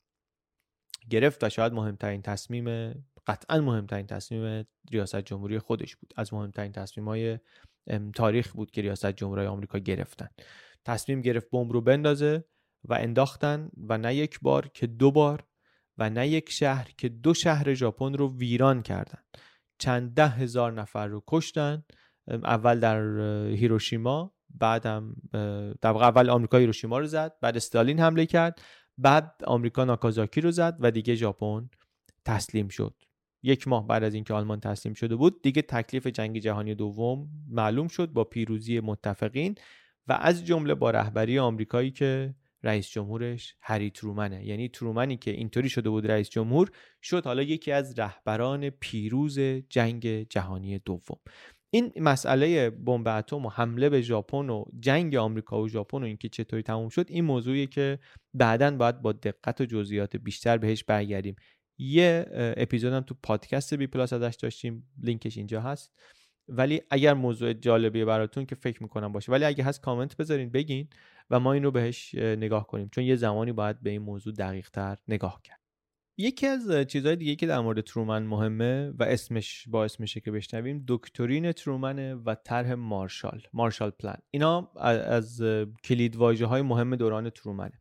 [SPEAKER 6] گرفت و شاید مهمترین تصمیم، قطعا مهمترین تصمیم ریاست جمهوری خودش بود. از مهمترین تصمیم‌های تاریخ بود که ریاست جمهوری آمریکا گرفتن. تصمیم گرفت بمب رو بندازه و انداختن و نه یک بار که دو بار و نه یک شهر که دو شهر ژاپن رو ویران کردن. چند ده هزار نفر رو کشتن. اول در هیروشیما، بعدم در واقع اول آمریکا هیروشیما رو زد، بعد استالین حمله کرد، بعد آمریکا ناکازاکی رو زد و دیگه ژاپن تسلیم شد. یک ماه بعد از اینکه آلمان تسلیم شده بود دیگه تکلیف جنگ جهانی دوم معلوم شد با پیروزی متفقین و از جمله با رهبری آمریکایی که رئیس جمهورش هری ترومنه. یعنی ترومنی که اینطوری شده بود رئیس جمهور شد حالا یکی از رهبران پیروز جنگ جهانی دوم. این مسئله بمب اتم و حمله به ژاپن و جنگ آمریکا و ژاپن و اینکه چطوری تموم شد، این موضوعیه که بعداً باید با دقت و جزئیات بیشتر بهش برگردیم. یه اپیزودم تو پادکست بی پلاس ازش داشتیم، لینکش اینجا هست. ولی اگر موضوع جالبیه براتون که فکر میکنم باشه، ولی اگه هست کامنت بذارین بگین و ما این رو بهش نگاه کنیم، چون یه زمانی باید به این موضوع دقیق تر نگاه کرد. یکی از چیزهای دیگه که در مورد ترومن مهمه و اسمش با اسمشه که بشنویم، دکترین ترومن و طرح مارشال، مارشال پلان. اینا از کلید واژه‌های مهم دوران ترومنه.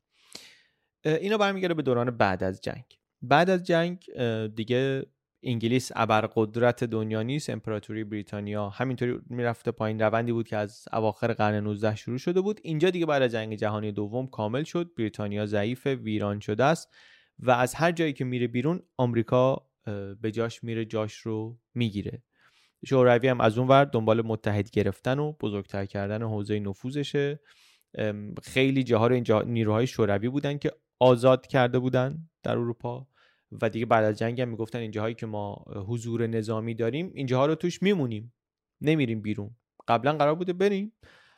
[SPEAKER 6] اینا برمیگرده به دوران بعد از جنگ. بعد از جنگ دیگه انگلیس ابرقدرت دنیا نیست، امپراتوری بریتانیا همینطوری میرفته پایین. روندی بود که از اواخر قرن نوزدهم شروع شده بود. اینجا دیگه بعد از جنگ جهانی دوم کامل شد. بریتانیا ضعیف، ویران شده است و از هر جایی که میره بیرون آمریکا به جاش میره، جاش رو میگیره. شوروی هم از اون ور دنبال متحد گرفتن و بزرگتر کردن حوزه نفوذشه. خیلی جاها رو اینجا نیروهای شوروی بودن که آزاد کرده بودن در اروپا و دیگه بعد از جنگ هم میگفتن اینجاهایی که ما حضور نظامی داریم اینجاها رو توش میمونیم، نمیریم بیرون. قبلا قرار بوده بریم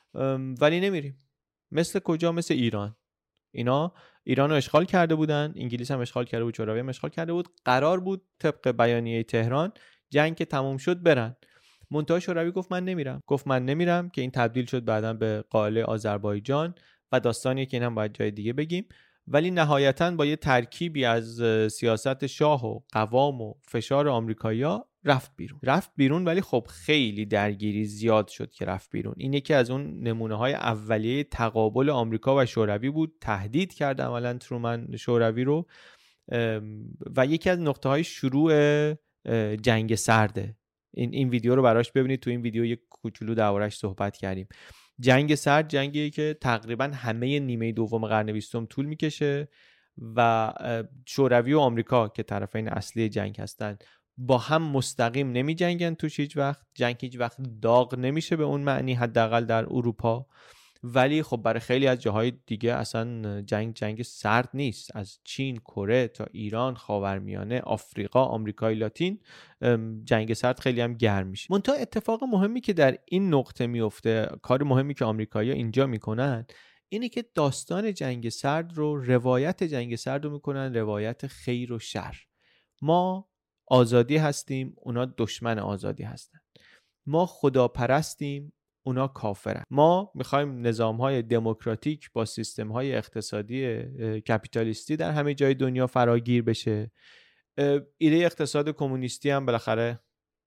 [SPEAKER 6] ولی نمیریم. مثل کجا؟ مثل ایران. اینا ایران رو اشغال کرده بودن، انگلیس هم اشغال کرده بود، شوروی هم اشغال کرده بود. قرار بود طبق بیانیه تهران جنگ که تموم شد برن. منتها شوروی گفت من نمیرم. گفت من نمیرم که این تبدیل شد بعداً به قائله آذربایجان و داستانیه که اینم باید جای دیگه بگیم. ولی نهایتاً با یه ترکیبی از سیاست شاه و قوام و فشار آمریکایی‌ها رفت بیرون رفت بیرون ولی خب خیلی درگیری زیاد شد که رفت بیرون. این یکی از اون نمونه‌های اولیه تقابل آمریکا و شوروی بود. تهدید کرد عملاً ترومن شوروی رو و یکی از نقطه‌های شروع جنگ سرده. این این ویدیو رو براش ببینید. تو این ویدیو یک کوچولو دربارش صحبت کردیم. جنگ سرد جنگیه که تقریباً همه نیمه دوم قرن بیستم طول میکشه و شوروی و آمریکا که طرفین اصلی جنگ هستن با هم مستقیم نمی جنگن توش هیچ وقت. جنگ هیچ وقت داغ نمیشه به اون معنی، حداقل در اروپا. ولی خب برای خیلی از جاهای دیگه اصلا جنگ جنگ سرد نیست. از چین، کره تا ایران، خاورمیانه، آفریقا، آمریکای لاتین جنگ سرد خیلی هم گرم میشه. منتها اتفاق مهمی که در این نقطه میفته، کار مهمی که آمریکایی‌ها اینجا میکنن اینه که داستان جنگ سرد رو، روایت جنگ سرد رو میکنن روایت خیر و شر. ما آزادی هستیم، اونا دشمن آزادی هستن. ما خداپرستیم، اونا کافرن. ما میخوایم نظام‌های دموکراتیک با سیستم‌های اقتصادی کپیتالیستی در همه جای دنیا فراگیر بشه. ایده اقتصاد کمونیستی هم بالاخره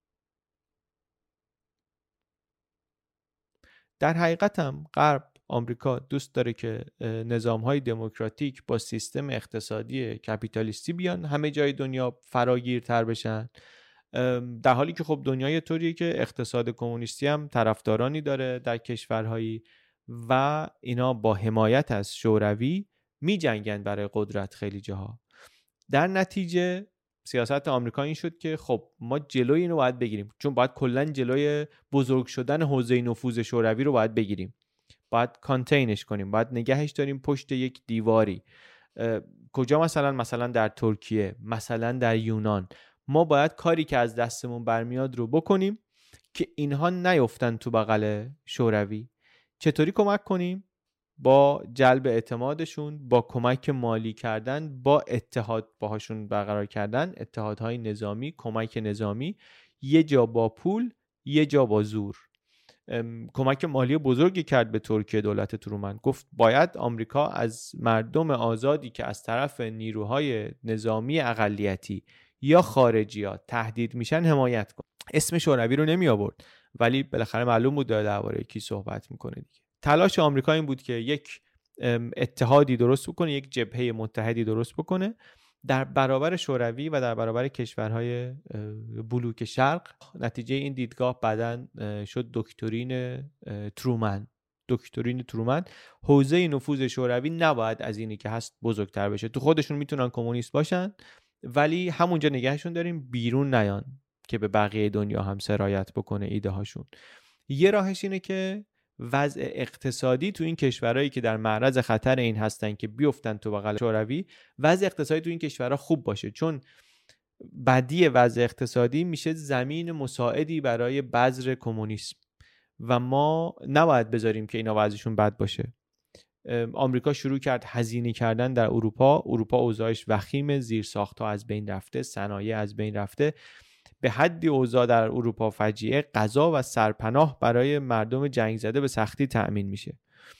[SPEAKER 6] در حقیقت هم غرب، آمریکا دوست داره که نظام‌های دموکراتیک با سیستم اقتصادی کپیتالیستی بیان همه جای دنیا فراگیرتر بشن، در حالی که خب دنیای طوریه که اقتصاد کمونیستی هم طرفدارانی داره در کشورهایی و اینا با حمایت از شوروی می جنگن برای قدرت خیلی جاها. در نتیجه سیاست آمریکا این شد که خب ما جلوی اینو باید بگیریم، چون باید کلا جلوی بزرگ شدن حوزه نفوذ شوروی رو باید بگیریم، باید کانتینش کنیم، باید نگهش داریم پشت یک دیواری. کجا؟ مثلا مثلا در ترکیه، مثلا در یونان. ما باید کاری که از دستمون برمیاد رو بکنیم که اینها نیفتن تو بغل شوروی. چطوری کمک کنیم؟ با جلب اعتمادشون، با کمک مالی کردن، با اتحاد باهاشون برقرار کردن، اتحادهای نظامی، کمک نظامی، یه جا با پول، یه جا با زور. کمک مالی بزرگی کرد به ترکیه دولت ترومن. گفت باید آمریکا از مردم آزادی که از طرف نیروهای نظامی اقلیتی یا خارجیات تهدید میشن حمایت کن. اسم شوروی رو نمی آورد ولی بالاخره معلوم بود داره درباره کی صحبت میکنه دیگه. تلاش آمریکا این بود که یک اتحادی درست بکنه، یک جبهه متحدی درست بکنه در برابر شوروی و در برابر کشورهای بلوک شرق. نتیجه این دیدگاه بعداً شد دکترین ترومن. دکترین ترومن، حوزه نفوذ شوروی نباید از اینی که هست بزرگتر بشه. تو خودشون میتونن کمونیست باشن ولی همونجا نگهشون داریم، بیرون نیان که به بقیه دنیا هم سرایت بکنه ایده هاشون. یه راهش اینه که وضع اقتصادی تو این کشورهایی که در معرض خطر این هستن که بیفتن تو بغل شوروی، وضع اقتصادی تو این کشورها خوب باشه، چون بدی وضع اقتصادی میشه زمین مساعدی برای بذر کمونیسم و ما نباید بذاریم که اینا وضعشون بد باشه. آمریکا شروع کرد هزینه کردن در اروپا. اروپا اوضاعش وخیم، زیرساخت‌ها از بین رفته، صنایع از بین رفته، به حدی اوضاع در اروپا فجیعه، غذا و سرپناه برای مردم جنگ زده به سختی تأمین میشه.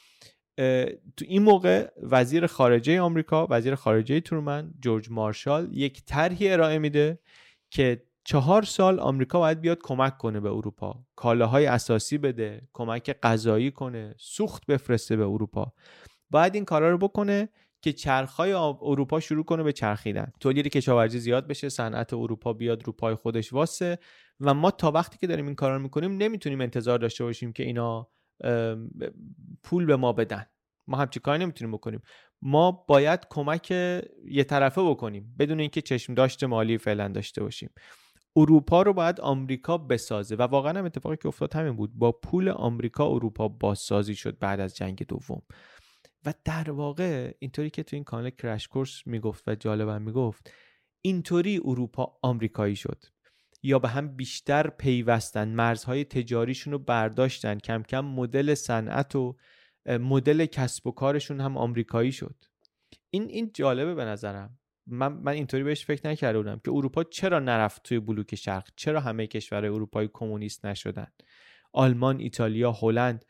[SPEAKER 6] تو این موقع وزیر خارجه آمریکا، وزیر خارجه ترومن، جورج مارشال، یک طرحی ارائه میده که چهار سال آمریکا باید بیاد کمک کنه به اروپا، کالاهای اساسی بده، کمک غذایی کنه، سوخت بفرسته به اروپا. باید این کارا رو بکنه که چرخهای اروپا شروع کنه به چرخیدن، تولید کشاورزی زیاد بشه، صنعت اروپا بیاد رو پای خودش واسه. و ما تا وقتی که داریم این کارا رو میکنیم نمیتونیم انتظار داشته باشیم که اینا پول به ما بدن. ما همچی کاری نمیتونیم بکنیم. ما باید کمک یه طرفه بکنیم بدون اینکه چشم داشت مالی فعلا داشته باشیم. اروپا رو باید آمریکا بسازه و واقعا هم اتفاقی که افتاد همین بود. با پول آمریکا اروپا بازسازی شد بعد از جنگ دوم. و در واقع اینطوری که تو این کانال کرش کورس میگفت و جالبم میگفت، اینطوری اروپا آمریکایی شد، یا به هم بیشتر پیوستن، مرزهای تجاریشون رو برداشتن، کم کم مدل صنعت و مدل کسب و کارشون هم آمریکایی شد. این این جالبه به نظرم. من من اینطوری بهش فکر نکرده بودم که اروپا چرا نرفت توی بلوک شرق، چرا همه کشورهای اروپایی کمونیست نشدن. آلمان، ایتالیا، هلند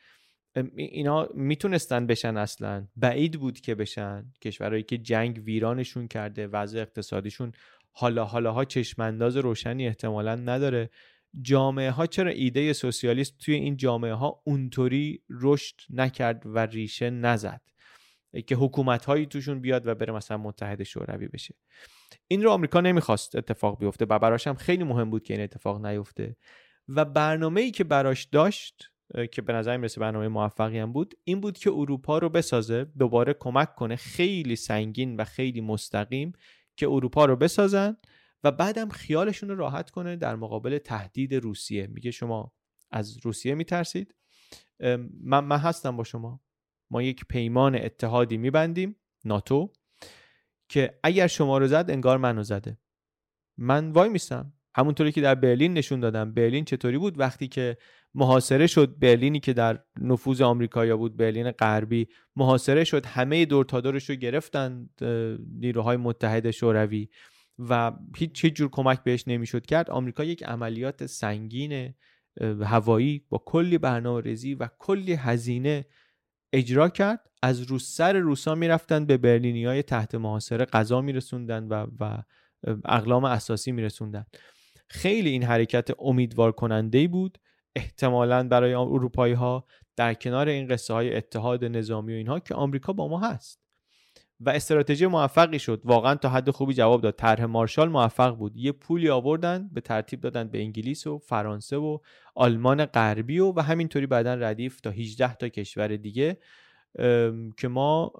[SPEAKER 6] اینا میتونستن بشن، اصلا بعید بود که بشن. کشورهایی که جنگ ویرانشون کرده، وضع اقتصادیشون حالا حالاها چشمانداز روشنی احتمالاً نداره. جامعه ها چرا ایده سوسیالیست توی این جامعه ها اونطوری رشد نکرد و ریشه نزد که حکومت هایی توشون بیاد و بره مثلا متحد شوروی بشه؟ این رو آمریکا نمیخواست اتفاق بیفته و براش هم خیلی مهم بود که این اتفاق نیفته و برنامه‌ای که براش داشت که به نظر میرسه برنامه موفقی هم بود، این بود که اروپا رو بسازه، دوباره کمک کنه خیلی سنگین و خیلی مستقیم که اروپا رو بسازن و بعدم خیالشون رو راحت کنه در مقابل تهدید روسیه. میگه شما از روسیه میترسید، من, من هستم با شما، ما یک پیمان اتحادی میبندیم، ناتو، که اگر شما رو زد انگار منو زده، من وای میستم. همونطوری که در برلین نشون دادم. برلین چطوری بود وقتی که محاصره شد، برلینی که در نفوذ آمریکایی‌ها بود، برلین غربی محاصره شد، همه دور تا دورش رو گرفتن نیروهای متحد شوروی و هیچ هیچ جور کمک بهش نمیشد کرد. آمریکا یک عملیات سنگین هوایی با کلی برنامه‌ریزی و کلی هزینه اجرا کرد. از رو سر روسا میرفتن به برلینیای تحت محاصره غذا میرسوندن و و اقلام اساسی میرسوندن. خیلی این حرکت امیدوار کننده‌ای بود احتمالاً برای اروپایی ها، در کنار این قصه های اتحاد نظامی و اینها که آمریکا با ما هست. و استراتژی موفقی شد، واقعا تا حد خوبی جواب داد. طرح مارشال موفق بود. یه پولی آوردن به ترتیب دادن به انگلیس و فرانسه و آلمان غربی و و همینطوری بعدن ردیف تا هجده تا کشور دیگه که ما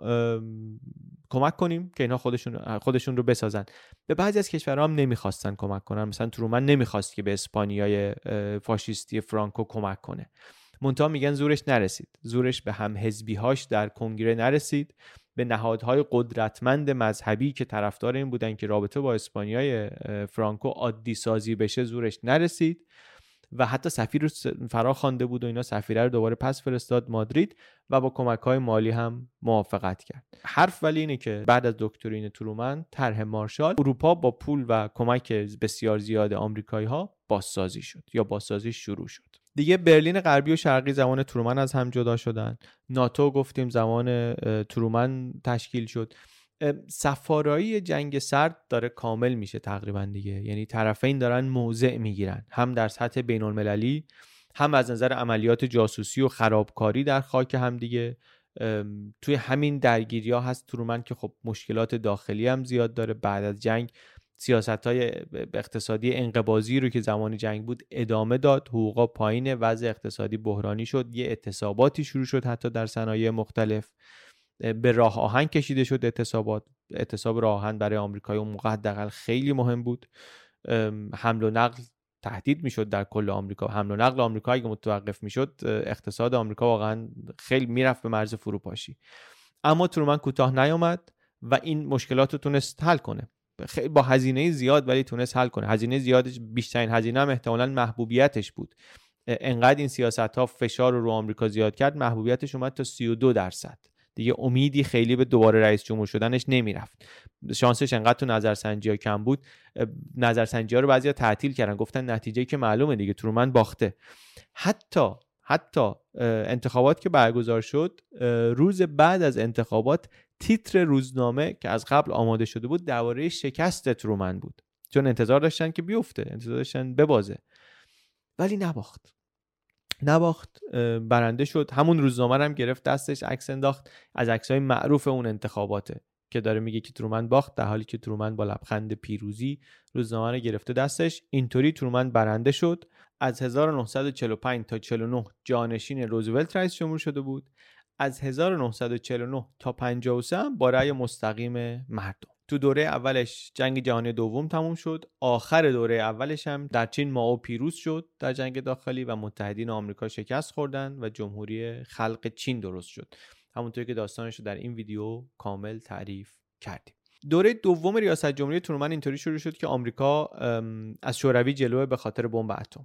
[SPEAKER 6] کمک کنیم که اینا خودشون خودشون رو بسازن. به بعضی از کشورها هم نمیخواستن کمک کنن. مثلا ترومن نمیخواست که به اسپانیای فاشیستی فرانکو کمک کنه. منتها میگن زورش نرسید. زورش به هم حزبی‌هاش در کنگره نرسید، به نهادهای قدرتمند مذهبی که طرفدار این بودن که رابطه با اسپانیای فرانکو عادی سازی بشه زورش نرسید و حتی سفیر رو فرا خوانده بود و اینا. سفیره رو دوباره پس فرستاد مادرید و با کمک‌های مالی هم موافقت کرد. حرف ولی اینه که بعد از دکترین ترومن، طرح مارشال، اروپا با پول و کمک بسیار زیاد آمریکایی‌ها بازسازی شد یا بازسازی شروع شد. دیگه برلین غربی و شرقی زمان ترومن از هم جدا شدن. ناتو گفتیم زمان ترومن تشکیل شد. سفارایی جنگ سرد داره کامل میشه تقریبا دیگه، یعنی طرفین دارن موضع میگیرن، هم در سطح بین المللی، هم از نظر عملیات جاسوسی و خرابکاری در خاک هم دیگه. توی همین درگیری ها هست ترومن که خب مشکلات داخلی هم زیاد داره. بعد از جنگ سیاست‌های اقتصادی انقباضی رو که زمان جنگ بود ادامه داد، حقوقا پایین، وضع اقتصادی بحرانی شد، یه اعتصاباتی شروع شد حتی در صنایع مختلف، به راه آهن کشیده شد اعتصابات. اعتصاب راه آهن برای آمریکایی اون موقع حداقل خیلی مهم بود. حمل و نقل تهدید میشد در کل آمریکا. حمل و نقل آمریکا اگه متوقف میشد اقتصاد آمریکا واقعا خیلی میرفت به مرز فروپاشی. اما ترومن کوتاه نیامد و این مشکلات رو تونست حل کنه، خیلی با هزینه زیاد ولی تونست حل کنه. هزینه زیادش، بیشترین هزینه هم احتمالاً محبوبیتش بود. انقدر این سیاست‌ها فشار رو رو آمریکا زیاد کرد، محبوبیتش اومد تا سی و دو درصد. دیگه امیدی خیلی به دوباره رئیس جمهور شدنش نمیرفت. شانسش انقدر تو نظرسنجی‌ها کم بود، نظرسنجی‌ها رو بعضیا تعطیل کردن، گفتن نتیجه که معلومه دیگه، ترومن باخته. حتی حتی انتخابات که برگزار شد، روز بعد از انتخابات تیتر روزنامه که از قبل آماده شده بود درباره شکست ترومن بود، چون انتظار داشتن که بیفته، انتظار داشتن ببازه، ولی نباخت. نباخت برنده شد. همون روزنامه رو هم گرفت دستش، عکس انداخت از عکسای معروف اون انتخاباته که داره میگه که ترومن باخت، در حالی که ترومن با لبخند پیروزی روزنامه رو گرفته دستش. اینطوری ترومن برنده شد. از هزار و نهصد و چهل و پنج تا چهل و نه جانشین روزولت رئیس جمهور شده بود. از هزار و نهصد و چهل و نه تا پنجاه و سه هم با رأی مستقیم مردم. تو دوره اولش جنگ جهانی دوم تموم شد. آخر دوره اولش هم در چین مائو پیروز شد در جنگ داخلی و متحدین آمریکا شکست خوردن و جمهوری خلق چین درست شد. همونطوری که داستانش رو در این ویدیو کامل تعریف کردیم. دوره دوم ریاست جمهوری ترومن اینطوری شروع شد که آمریکا از شوروی جلوه به خاطر بمب اتم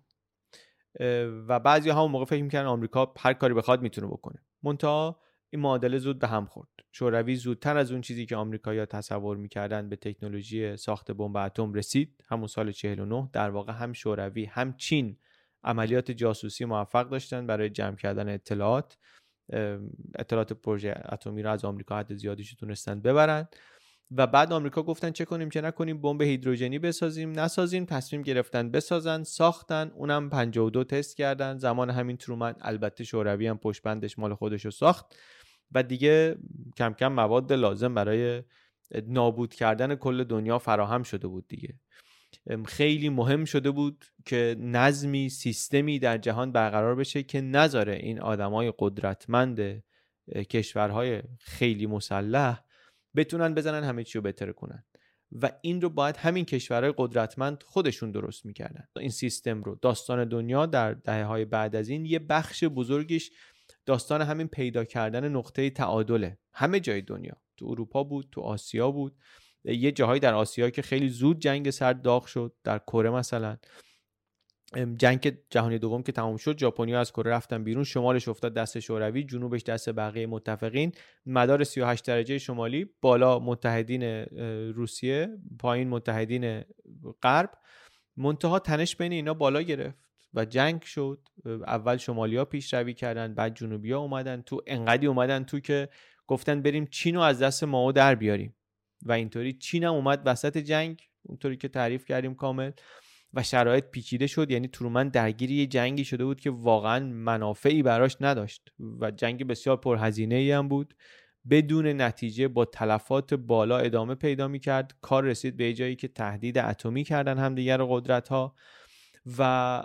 [SPEAKER 6] و بعضی ها اون موقع فکر می‌کردن آمریکا هر کاری بخواد میتونه بکنه. منتها این معادله زود به هم خورد. شوروی زودتر از اون چیزی که آمریکایی‌ها تصور می‌کردن به تکنولوژی ساخت بمب اتم رسید. همون سال چهل و نه در واقع هم شوروی هم چین عملیات جاسوسی موفق داشتن برای جمع کردن اطلاعات اطلاعات پروژه اتمی رو از آمریکا حد زیادیش تونستن ببرن و بعد آمریکا گفتن چه کنیم چه نکنیم، بمب هیدروژنی بسازیم نسازیم، تصمیم گرفتن بسازن، ساختن، اونم پنجاه و دو تست کردن. زمان همین ترومن البته شوروی هم پشت بندش مال خودشو ساخت و دیگه کم کم مواد لازم برای نابود کردن کل دنیا فراهم شده بود دیگه. خیلی مهم شده بود که نظمی، سیستمی در جهان برقرار بشه که نذاره این آدمای قدرتمند کشورهای خیلی مسلح بتونن بزنن همه چی رو بهتر کنن و این رو باید همین کشورهای قدرتمند خودشون درست میکردن. این سیستم رو داستان دنیا در دهه‌های بعد از این یه بخش بزرگیش داستان همین پیدا کردن نقطه تعادله. همه جای دنیا، تو اروپا بود، تو آسیا بود، یه جاهایی در آسیا که خیلی زود جنگ سرد داغ شد، در کره مثلا جنگ جهانی دوم که تمام شد ژاپنی‌ها از کره رفتن بیرون، شمالش افتاد دست شوروی، جنوبش دست بقیه متفقین، مدار سی و هشت درجه شمالی، بالا متحدین روسیه، پایین متحدین غرب، منتها تنش بین اینا بالا گرفت و جنگ شد. اول شمالیا پیشروی کردن، بعد جنوبیا اومدن تو، انقدی اومدن تو که گفتن بریم چینو از دست مائو در بیاریم و اینطوری چین هم اومد وسط جنگ اونطوری که تعریف کردیم کامل و شرایط پیچیده شد. یعنی ترومن درگیر یه جنگی شده بود که واقعا منافعی براش نداشت و جنگ بسیار پرهزینه‌ای هم بود، بدون نتیجه با تلفات بالا ادامه پیدا می‌کرد. کار رسید به جایی که تهدید اتمی کردن همدیگر قدرت‌ها و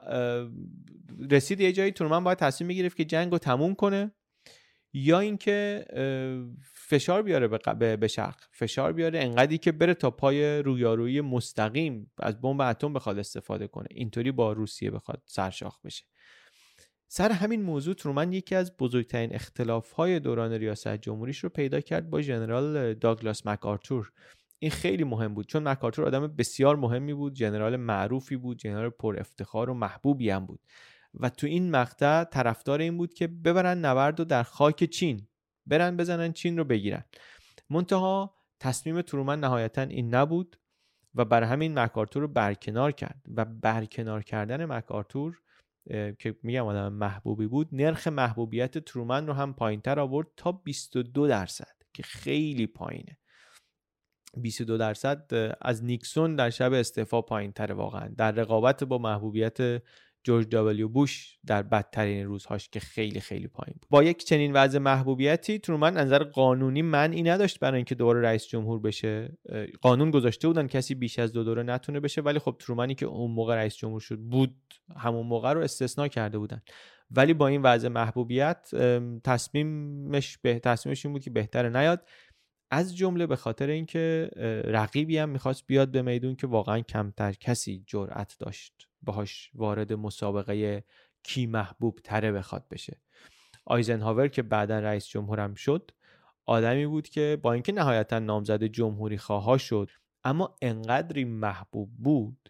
[SPEAKER 6] رسید یه جایی ترومن باید تصمیم می‌گرفت که جنگو تموم کنه یا اینکه فشار بیاره به به شرق، فشار بیاره انقدری که بره تا پای رویارویی مستقیم از بمب اتم بخواد استفاده کنه، اینطوری با روسیه بخواد سرشاخ بشه. سر همین موضوع ترومن یکی از بزرگترین اختلاف‌های دوران ریاست جمهوریش رو پیدا کرد با ژنرال داگلاس مک‌آرتور. این خیلی مهم بود چون مک‌آرتور آدم بسیار مهمی بود، ژنرال معروفی بود، ژنرال پر افتخار و محبوبی هم بود و تو این مقطع طرفدار این بود که ببرن نبرد رو در خاک چین، برن بزنن چین رو بگیرن. منتها تصمیم ترومن نهایتا این نبود و بر همین مک‌آرتور رو برکنار کرد و برکنار کردن مک‌آرتور که میگم آدم محبوبی بود، نرخ محبوبیت ترومن رو هم پایینتر آورد تا بیست و دو درصد که خیلی پایینه. بیست و دو درصد از نیکسون در شب استعفا پایینتره واقعا، در رقابت با محبوبیت جورج دبلیو بوش در بدترین روزهاش که خیلی خیلی پایین بود. با یک چنین وضع محبوبیتی ترومن از نظر قانونی معنی نداشت برای اینکه دوباره رئیس جمهور بشه. قانون گذاشته بودن کسی بیش از دو دوره نتونه بشه، ولی خب ترومنی که اون موقع رئیس جمهور شد بود همون موقع رو استثناء کرده بودن. ولی با این وضع محبوبیت تصمیمش به تصمیمش این بود که بهتره نیاد، از جمله به خاطر اینکه رقیبی هم می‌خواست بیاد به میدون که واقعا کمتر کسی جرأت داشت باهاش وارد مسابقه کی محبوب تره بخواد بشه. آیزنهاور که بعداً رئیس جمهورم شد آدمی بود که با اینکه نهایتاً نامزد جمهوری خواه شد اما انقدری محبوب بود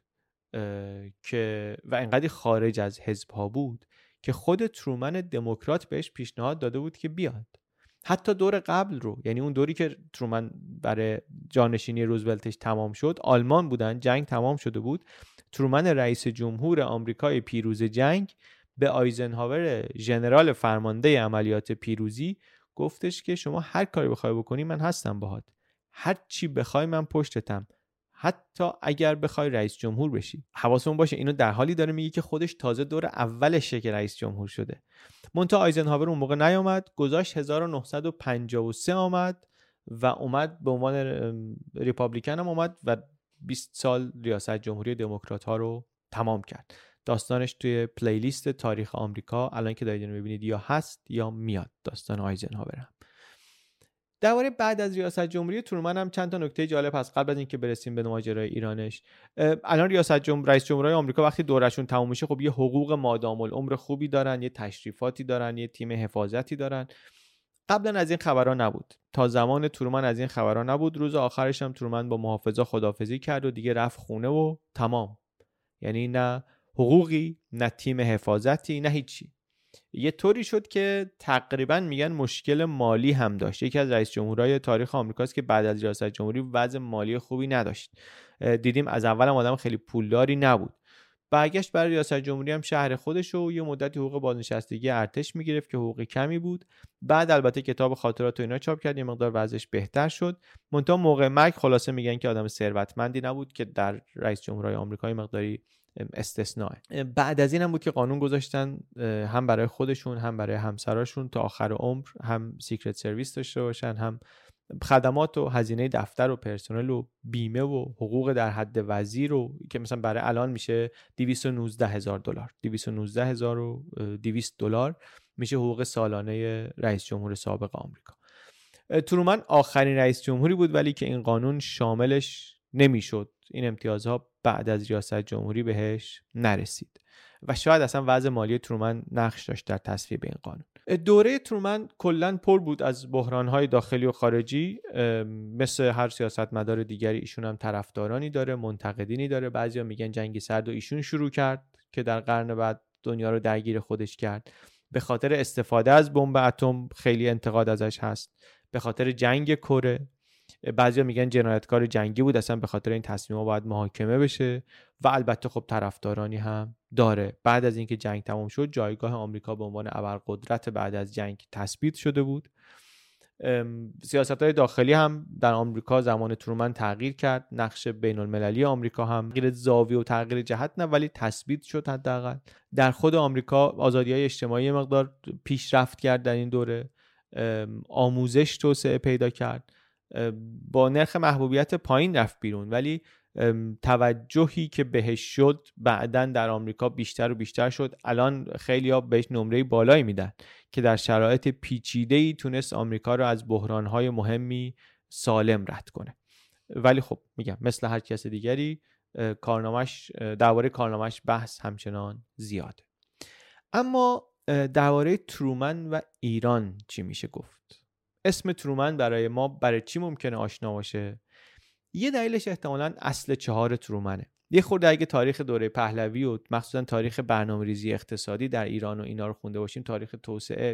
[SPEAKER 6] که و انقدری خارج از حزب ها بود که خود ترومن دموکرات بهش پیشنهاد داده بود که بیاد. حتی دور قبل رو، یعنی اون دوری که ترومن برای جانشینی روزولتش تمام شد، آلمان بودن، جنگ تمام شده بود، ترومن رئیس جمهور آمریکای پیروز جنگ به آیزنهاور ژنرال فرمانده عملیات پیروزی گفتش که شما هر کاری بخوای بکنی من هستم باهات، هر چی بخوای من پشتتم، حتی اگر بخوای رئیس جمهور بشی. حواسمون باشه اینو در حالی داره میگه که خودش تازه دور اولشه که رئیس جمهور شده. منتها آیزنهاور اون موقع نیامد، گذاشت هزار و نهصد و پنجاه و سه آمد و اومد به عنوان ریپابلیکن هم اومد و بیست سال ریاست جمهوری دموکرات ها رو تمام کرد. داستانش توی پلیلیست تاریخ آمریکا الان که دارید میبینید یا هست یا میاد داستان آیزنهاور هم. درباره بعد از ریاست جمهوری ترومن هم چند تا نکته جالب هست قبل از اینکه برسیم به ماجرای ایرانش. الان ریاست جمهور رئیس جمهورهای آمریکا وقتی دورشون تموم میشه خب یه حقوق مادام العمر خوبی دارن، یه تشریفاتی دارن، یه تیم حفاظتی دارن. قبلا از این خبرها نبود، تا زمان ترومن از این خبرها نبود. روز آخرش هم ترومن با محافظا خداحافظی کرد و دیگه رفت خونه و تمام. یعنی نه حقوقی، نه تیم حفاظتی، نه هیچی. یه طوری شد که تقریبا میگن مشکل مالی هم داشت. یکی از رئیس جمهورهای تاریخ آمریکاست که بعد از ریاست جمهوری وضع مالی خوبی نداشت. دیدیم از اول هم آدم خیلی پولداری نبود. برگشت برای ریاست جمهوری هم شهر خودش و یه مدتی حقوق بازنشستگی ارتش میگرفت که حقوق کمی بود. بعد البته کتاب خاطرات و اینا چاپ کرد، یه مقدار وضعش بهتر شد. منتها موقع مرگ خلاصه میگن که آدم ثروتمندی نبود که در رئیس جمهورهای آمریکایی مقداری استثناء. بعد از این هم بود که قانون گذاشتن هم برای خودشون هم برای همسراشون تا آخر عمر هم سیکرت سرویس داشته باشن، هم خدمات و هزینه دفتر و پرسنل و بیمه و حقوق در حد وزیر رو که مثلا برای الان میشه دویست و نوزده هزار دلار دویست و نوزده هزار و دویست دلار میشه حقوق سالانه رئیس جمهور سابق آمریکا. ترومن آخرین رئیس جمهوری بود ولی که این قانون شاملش نمیشد، این امتیازها بعد از ریاست جمهوری بهش نرسید و شاید اصلا وضع مالی ترومن نقش داشت در تصویب این قانون. دوره ترومن کلاً پر بود از بحران‌های داخلی و خارجی، مثل هر سیاستمدار دیگری ایشون هم طرفدارانی داره، منتقدینی داره. بعضیا میگن جنگ سرد و ایشون شروع کرد که در قرن بعد دنیا رو درگیر خودش کرد. به خاطر استفاده از بمب اتم خیلی انتقاد ازش هست، به خاطر جنگ کره. بعضیا میگن جنایتکار جنگی بود، اصلا به خاطر این تصمیم‌ها باید محاکمه بشه و البته خب طرفدارانی هم داره. بعد از اینکه جنگ تمام شد جایگاه آمریکا به عنوان ابرقدرت بعد از جنگ تثبیت شده بود. سیاست‌های داخلی هم در آمریکا زمان ترومن تغییر کرد، نقش بین‌المللی آمریکا هم تغییر زاویه و تغییر جهت نه ولی تثبیت شد. حداقل در خود آمریکا آزادی‌های اجتماعی مقدار پیشرفت کرد، در این دوره آموزش توسعه پیدا کرد، با نرخ محبوبیت پایین رفت بیرون ولی توجهی که بهش شد بعداً در آمریکا بیشتر و بیشتر شد. الان خیلی‌ها بهش نمره بالایی میدن که در شرایط پیچیده‌ای تونست آمریکا رو از بحران‌های مهمی سالم رد کنه. ولی خب میگم مثل هر کس دیگری کارنامه‌اش درباره کارنامه‌اش بحث همچنان زیاده. اما درباره ترومن و ایران چی میشه گفت؟ اسم ترومن برای ما برای چی ممکنه آشنا باشه؟ یه دلیلش احتمالاً اصل چهار ترومنه. یه خورده اگه تاریخ دوره پهلوی و مخصوصاً تاریخ برنامه‌ریزی اقتصادی در ایران و اینا رو خونده باشیم، تاریخ توسعه،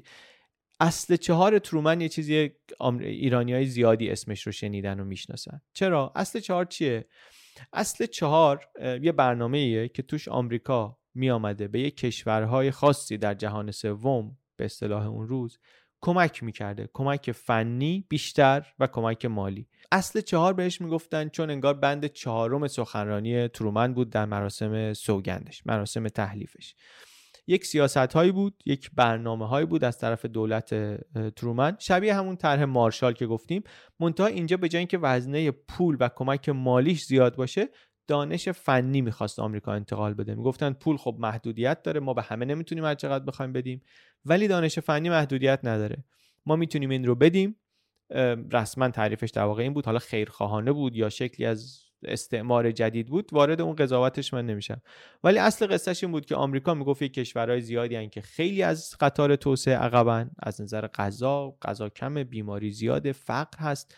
[SPEAKER 6] اصل چهار ترومن یه چیزی ایرانیای زیادی اسمش رو شنیدن و میشناسن. چرا؟ اصل چهار چیه؟ اصل چهار یه برنامه‌ایه که توش آمریکا می آمده به یک کشورهای خاصی در جهان سوم به اصطلاح اون روز کمک میکرده، کمک فنی بیشتر و کمک مالی. اصل چهار بهش میگفتن چون انگار بند چهارم سخنرانی ترومن بود در مراسم سوگندش، مراسم تحلیفش. یک سیاست هایی بود، یک برنامه هایی بود از طرف دولت ترومن، شبیه همون طرح مارشال که گفتیم. منتها اینجا به جای اینکه وزنه پول و کمک مالیش زیاد باشه، دانش فنی میخواست آمریکا انتقال بده. میگفتن پول خب محدودیت داره، ما به همه نمیتونیم هر چقدر بخوایم بدیم، ولی دانش فنی محدودیت نداره، ما میتونیم این رو بدیم. رسما تعریفش در واقع این بود، حالا خیرخواهانه بود یا شکلی از استعمار جدید بود، وارد اون قضاوتش من نمیشم. ولی اصل قصهش این بود که آمریکا میگفت یک کشورهای زیادی هستن که خیلی از قطار توسعه عقبن، از نظر غذا، غذا کم، بیماری زیاده، فقر هست.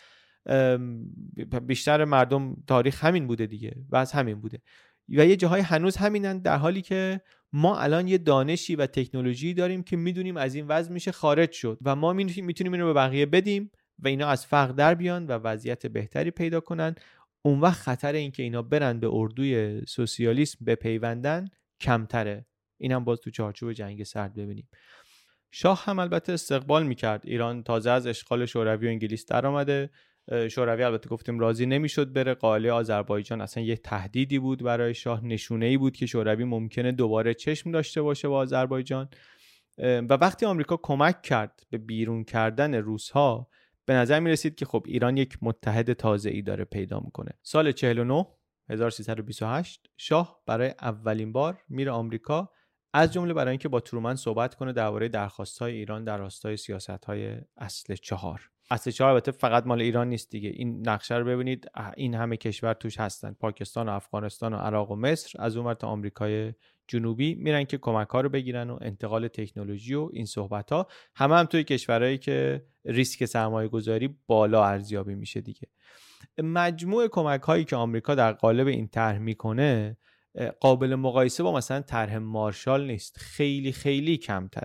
[SPEAKER 6] بیشتر مردم تاریخ همین بوده دیگه و از همین بوده و یه جاهای هنوز همینن، در حالی که ما الان یه دانشی و تکنولوژی داریم که میدونیم از این وضع میشه خارج شد و ما میتونیم اینو به بقیه بدیم و اینا از فقر در بیان و وضعیت بهتری پیدا کنن. اون وقت خطر این که اینا برن به اردوی سوسیالیسم بپیوندن کمتره. اینم باز تو چارچوب جنگ سرد ببینیم. شاه هم البته استقبال میکرد. ایران تازه از اشغال شوروی و انگلیس در آمده. شوروی البته گفتیم راضی نمیشد بره. قاله آذربایجان اصلا یه تهدیدی بود برای شاه، نشونه‌ای بود که شوروی ممکنه دوباره چشم داشته باشه با آذربایجان. و وقتی آمریکا کمک کرد به بیرون کردن روس‌ها، به نظر می رسید که خب ایران یک متحد تازه‌ای داره پیدا میکنه. سال چهل و نه هزار و سیصد و بیست و هشت شاه برای اولین بار میره آمریکا، از جمله برای اینکه با ترومن صحبت کنه درباره درخواست‌های ایران در راستای سیاست‌های اصل چهار. اصل چهار البته فقط مال ایران نیست دیگه. این نقشه رو ببینید، این همه کشور توش هستن، پاکستان و افغانستان و عراق و مصر، از اون ور تا آمریکای جنوبی میرن که کمک‌ها رو بگیرن و انتقال تکنولوژی و این صحبت‌ها، همه هم توی کشورهایی که ریسک سرمایه‌گذاری بالا ارزیابی میشه دیگه. مجموع کمک‌هایی که آمریکا در قالب این طرح میکنه قابل مقایسه با مثلا طرح مارشال نیست، خیلی خیلی کمتره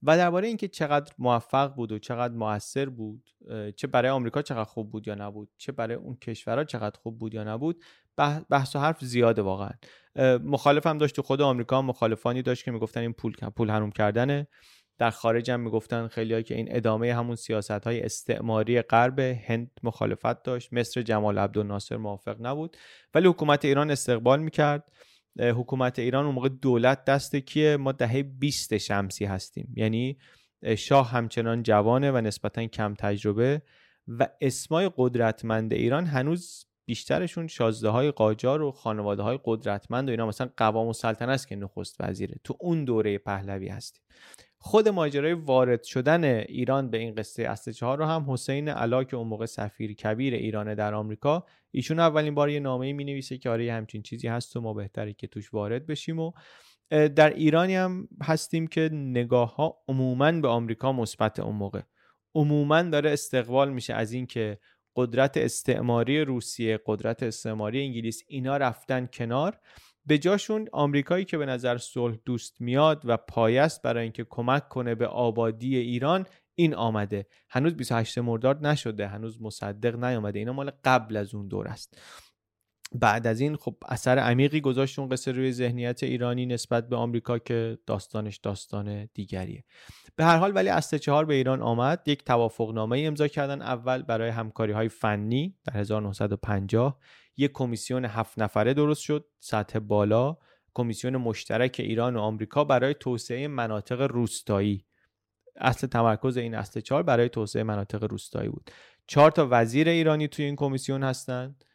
[SPEAKER 6] و درباره اینکه چقدر موفق بود و چقدر موثر بود، چه برای آمریکا چقدر خوب بود یا نبود، چه برای اون کشورها چقدر خوب بود یا نبود، بحث و حرف زیاده واقعا. مخالف هم داشت تو خود آمریکا، مخالفانی داشت که میگفتن این پول پول حروم کردنه. در خارج هم میگفتن خیلی‌ها که این ادامه همون سیاست‌های استعماری غرب. هند مخالفت داشت، مصر جمال عبدالناصر موافق نبود، ولی حکومت ایران استقبال میکرد. حکومت ایران اون موقع دولت دست کیه؟ ما دهه بیست شمسی هستیم، یعنی شاه همچنان جوانه و نسبتاً کم تجربه و اسمای قدرتمند ایران هنوز بیشترشون شازده‌های قاجار و خانواده‌های قدرتمند و اینا، مثلا قوام السلطنه است که نخست وزیره، تو اون دوره پهلوی هستیم. خود ماجرای وارد شدن ایران به این قصه اصل چهار رو هم حسین علا که اون موقع سفیر کبیر ایران در آمریکا، ایشون اولین بار یه نامه‌ای می‌نویسه که آره همچین چیزی هست و ما بهتره که توش وارد بشیم. و در ایرانی هم هستیم که نگاه‌ها عموماً به آمریکا مثبت، اون موقع عموماً داره استقبال میشه از این که قدرت استعماری روسیه، قدرت استعماری انگلیس، اینا رفتن کنار، به جاشون آمریکایی که به نظر صلح دوست میاد و پایست برای اینکه کمک کنه به آبادی ایران، این آمده. هنوز بیست و هشتم مرداد نشده، هنوز مصدق نیامده، اینا مال قبل از اون دور است. بعد از این خب اثر عمیقی گذاشت اون قصه روی ذهنیت ایرانی نسبت به آمریکا که داستانش داستان دیگریه. به هر حال ولی اصل چهار به ایران آمد، یک توافقنامه امضا کردن اول برای همکاری‌های فنی در هزار و نهصد و پنجاه. یک کمیسیون هفت نفره درست شد، سطح بالا، کمیسیون مشترک ایران و آمریکا برای توسعه مناطق روستایی. اصل تمرکز این اصل چهار برای توسعه مناطق روستایی بود. چهار تا وزیر ایرانی توی این کمیسیون هستند،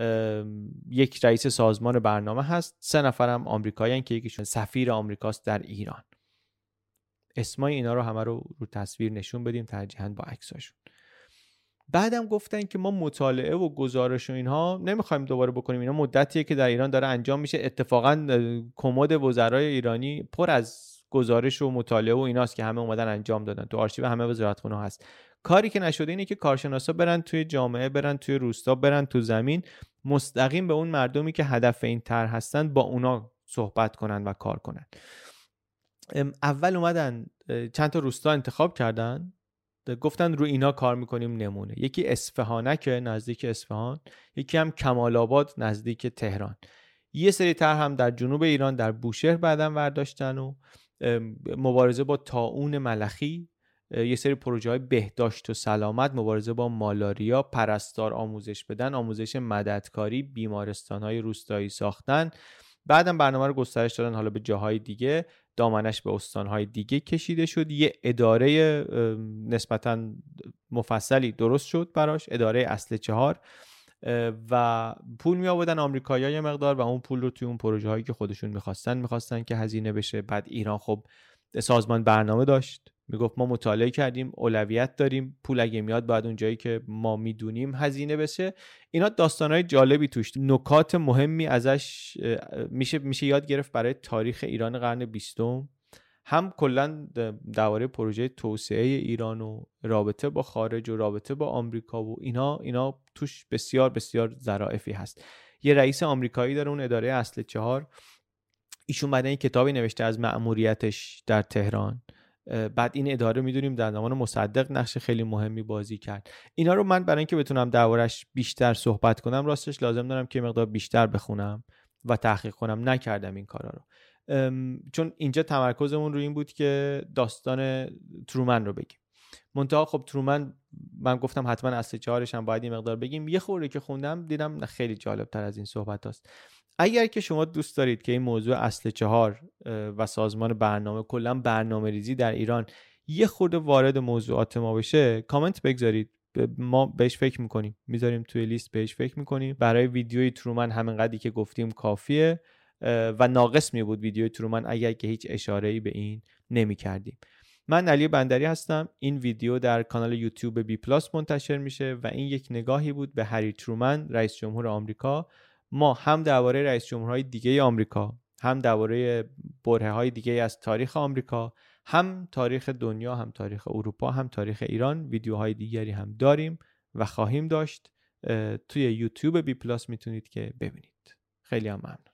[SPEAKER 6] یک رئیس سازمان برنامه هست، سه نفرم آمریکاییان که یکیشون سفیر آمریکاست در ایران. اسمای اینا رو همه رو رو تصویر نشون بدیم، ترجیحاً با عکساشون. بعدم گفتن که ما مطالعه و گزارش و اینها نمیخوایم دوباره بکنیم، اینا مدتیه که در ایران داره انجام میشه. اتفاقاً کمد وزرای ایرانی پر از گزارش و مطالعه و ایناست که همه اومدن انجام دادن، تو آرشیو همه وزارتخونه هست. کاری که نشده اینه که کارشناسا برن توی جامعه، برن توی روستا، برن تو زمین، مستقیم به اون مردمی که هدف این طرح هستن با اونا صحبت کنن و کار کنن. اول اومدن چند تا روستا انتخاب کردن، گفتن رو اینا کار میکنیم نمونه. یکی اصفهانک نزدیک اصفهان، یکی هم کمال آباد نزدیک تهران. یه سری طرح هم در جنوب ایران در بوشهر بعدن برداشتن و مبارزه با طاعون ملخی، یه سری پروژه های بهداشت و سلامت، مبارزه با مالاریا، پرستار آموزش بدن، آموزش مددکاری، بیمارستان های روستایی ساختن. بعدم برنامه رو گسترش دادن حالا به جاهای دیگه، دامنش به استانهای دیگه کشیده شد. یه اداره نسبتاً مفصلی درست شد براش، اداره اصل چهار، و پول می آوردن آمریکایی‌ها یه مقدار و اون پول رو توی اون پروژه هایی که خودشون می‌خواستن می‌خواستن که هزینه بشه. بعد ایران خب سازمان برنامه داشت، میگفت ما مطالعه کردیم، اولویت داریم، پول اگه میاد باید اون جایی که ما میدونیم هزینه بشه. اینا داستانهای جالبی توش، نکات مهمی ازش میشه میشه یاد گرفت برای تاریخ ایران قرن بیستم، هم کلا درباره پروژه توسعه ایران و رابطه با خارج و رابطه با آمریکا و اینا اینا توش بسیار بسیار ظرافی هست. یه رئیس آمریکایی داره اون اداره اصل چهار، ایشون بعد این کتابی نوشته از مأموریتش در تهران. بعد این اداره میدونیم در زمان مصدق نقش خیلی مهمی بازی کرد. اینا رو من برای اینکه بتونم دربارش بیشتر صحبت کنم راستش لازم دارم که مقدار بیشتر بخونم و تحقیق کنم، نکردم این کارا رو، چون اینجا تمرکزمون روی این بود که داستان ترومن رو بگیم. منتها خب ترومن من گفتم حتما اصل چهارش هم باید این مقدار بگیم. یه خورده که خوندم دیدم خیلی جالب تر از این صحبت هست. اگر که شما دوست دارید که این موضوع اصل چهار و سازمان برنامه، کلا برنامه ریزی در ایران یه خورده وارد موضوعات ما بشه، کامنت بگذارید، ما بهش فکر میکنیم، میذاریم توی لیست بهش فکر میکنیم. برای ویدیوی ترومن همین قدری که گفتیم کافیه و ناقص می بود ویدیوی ترومن اگر که هیچ اشاره‌ای به این نمی کردیم. من علی بندری هستم. این ویدیو در کانال یوتیوب بی پلاس منتشر میشه و این یک نگاهی بود به هری ترومن، رئیس جمهور آمریکا. ما هم درباره رئیس جمهورهای دیگه آمریکا، هم درباره برهه‌های دیگه از تاریخ آمریکا، هم تاریخ دنیا، هم تاریخ اروپا، هم تاریخ ایران ویدیوهای دیگری هم داریم و خواهیم داشت. توی یوتیوب بی پلاس میتونید که ببینید. خیلی هم ممنون.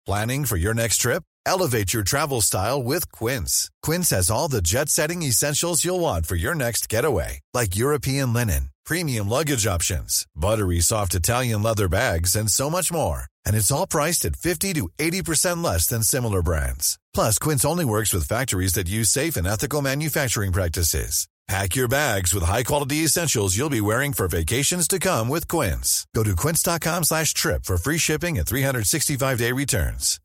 [SPEAKER 1] Planning for your next trip? Elevate your travel style with Quince. Quince has all the jet-setting essentials you'll want for your next getaway, like European linen, premium luggage options, buttery soft Italian leather bags, and so much more. And it's all priced at fifty to eighty percent less than similar brands. Plus, Quince only works with factories that use safe and ethical manufacturing practices. Pack your bags with high-quality essentials you'll be wearing for vacations to come with Quince. Go to quince.com slash trip for free shipping and three sixty-five day returns.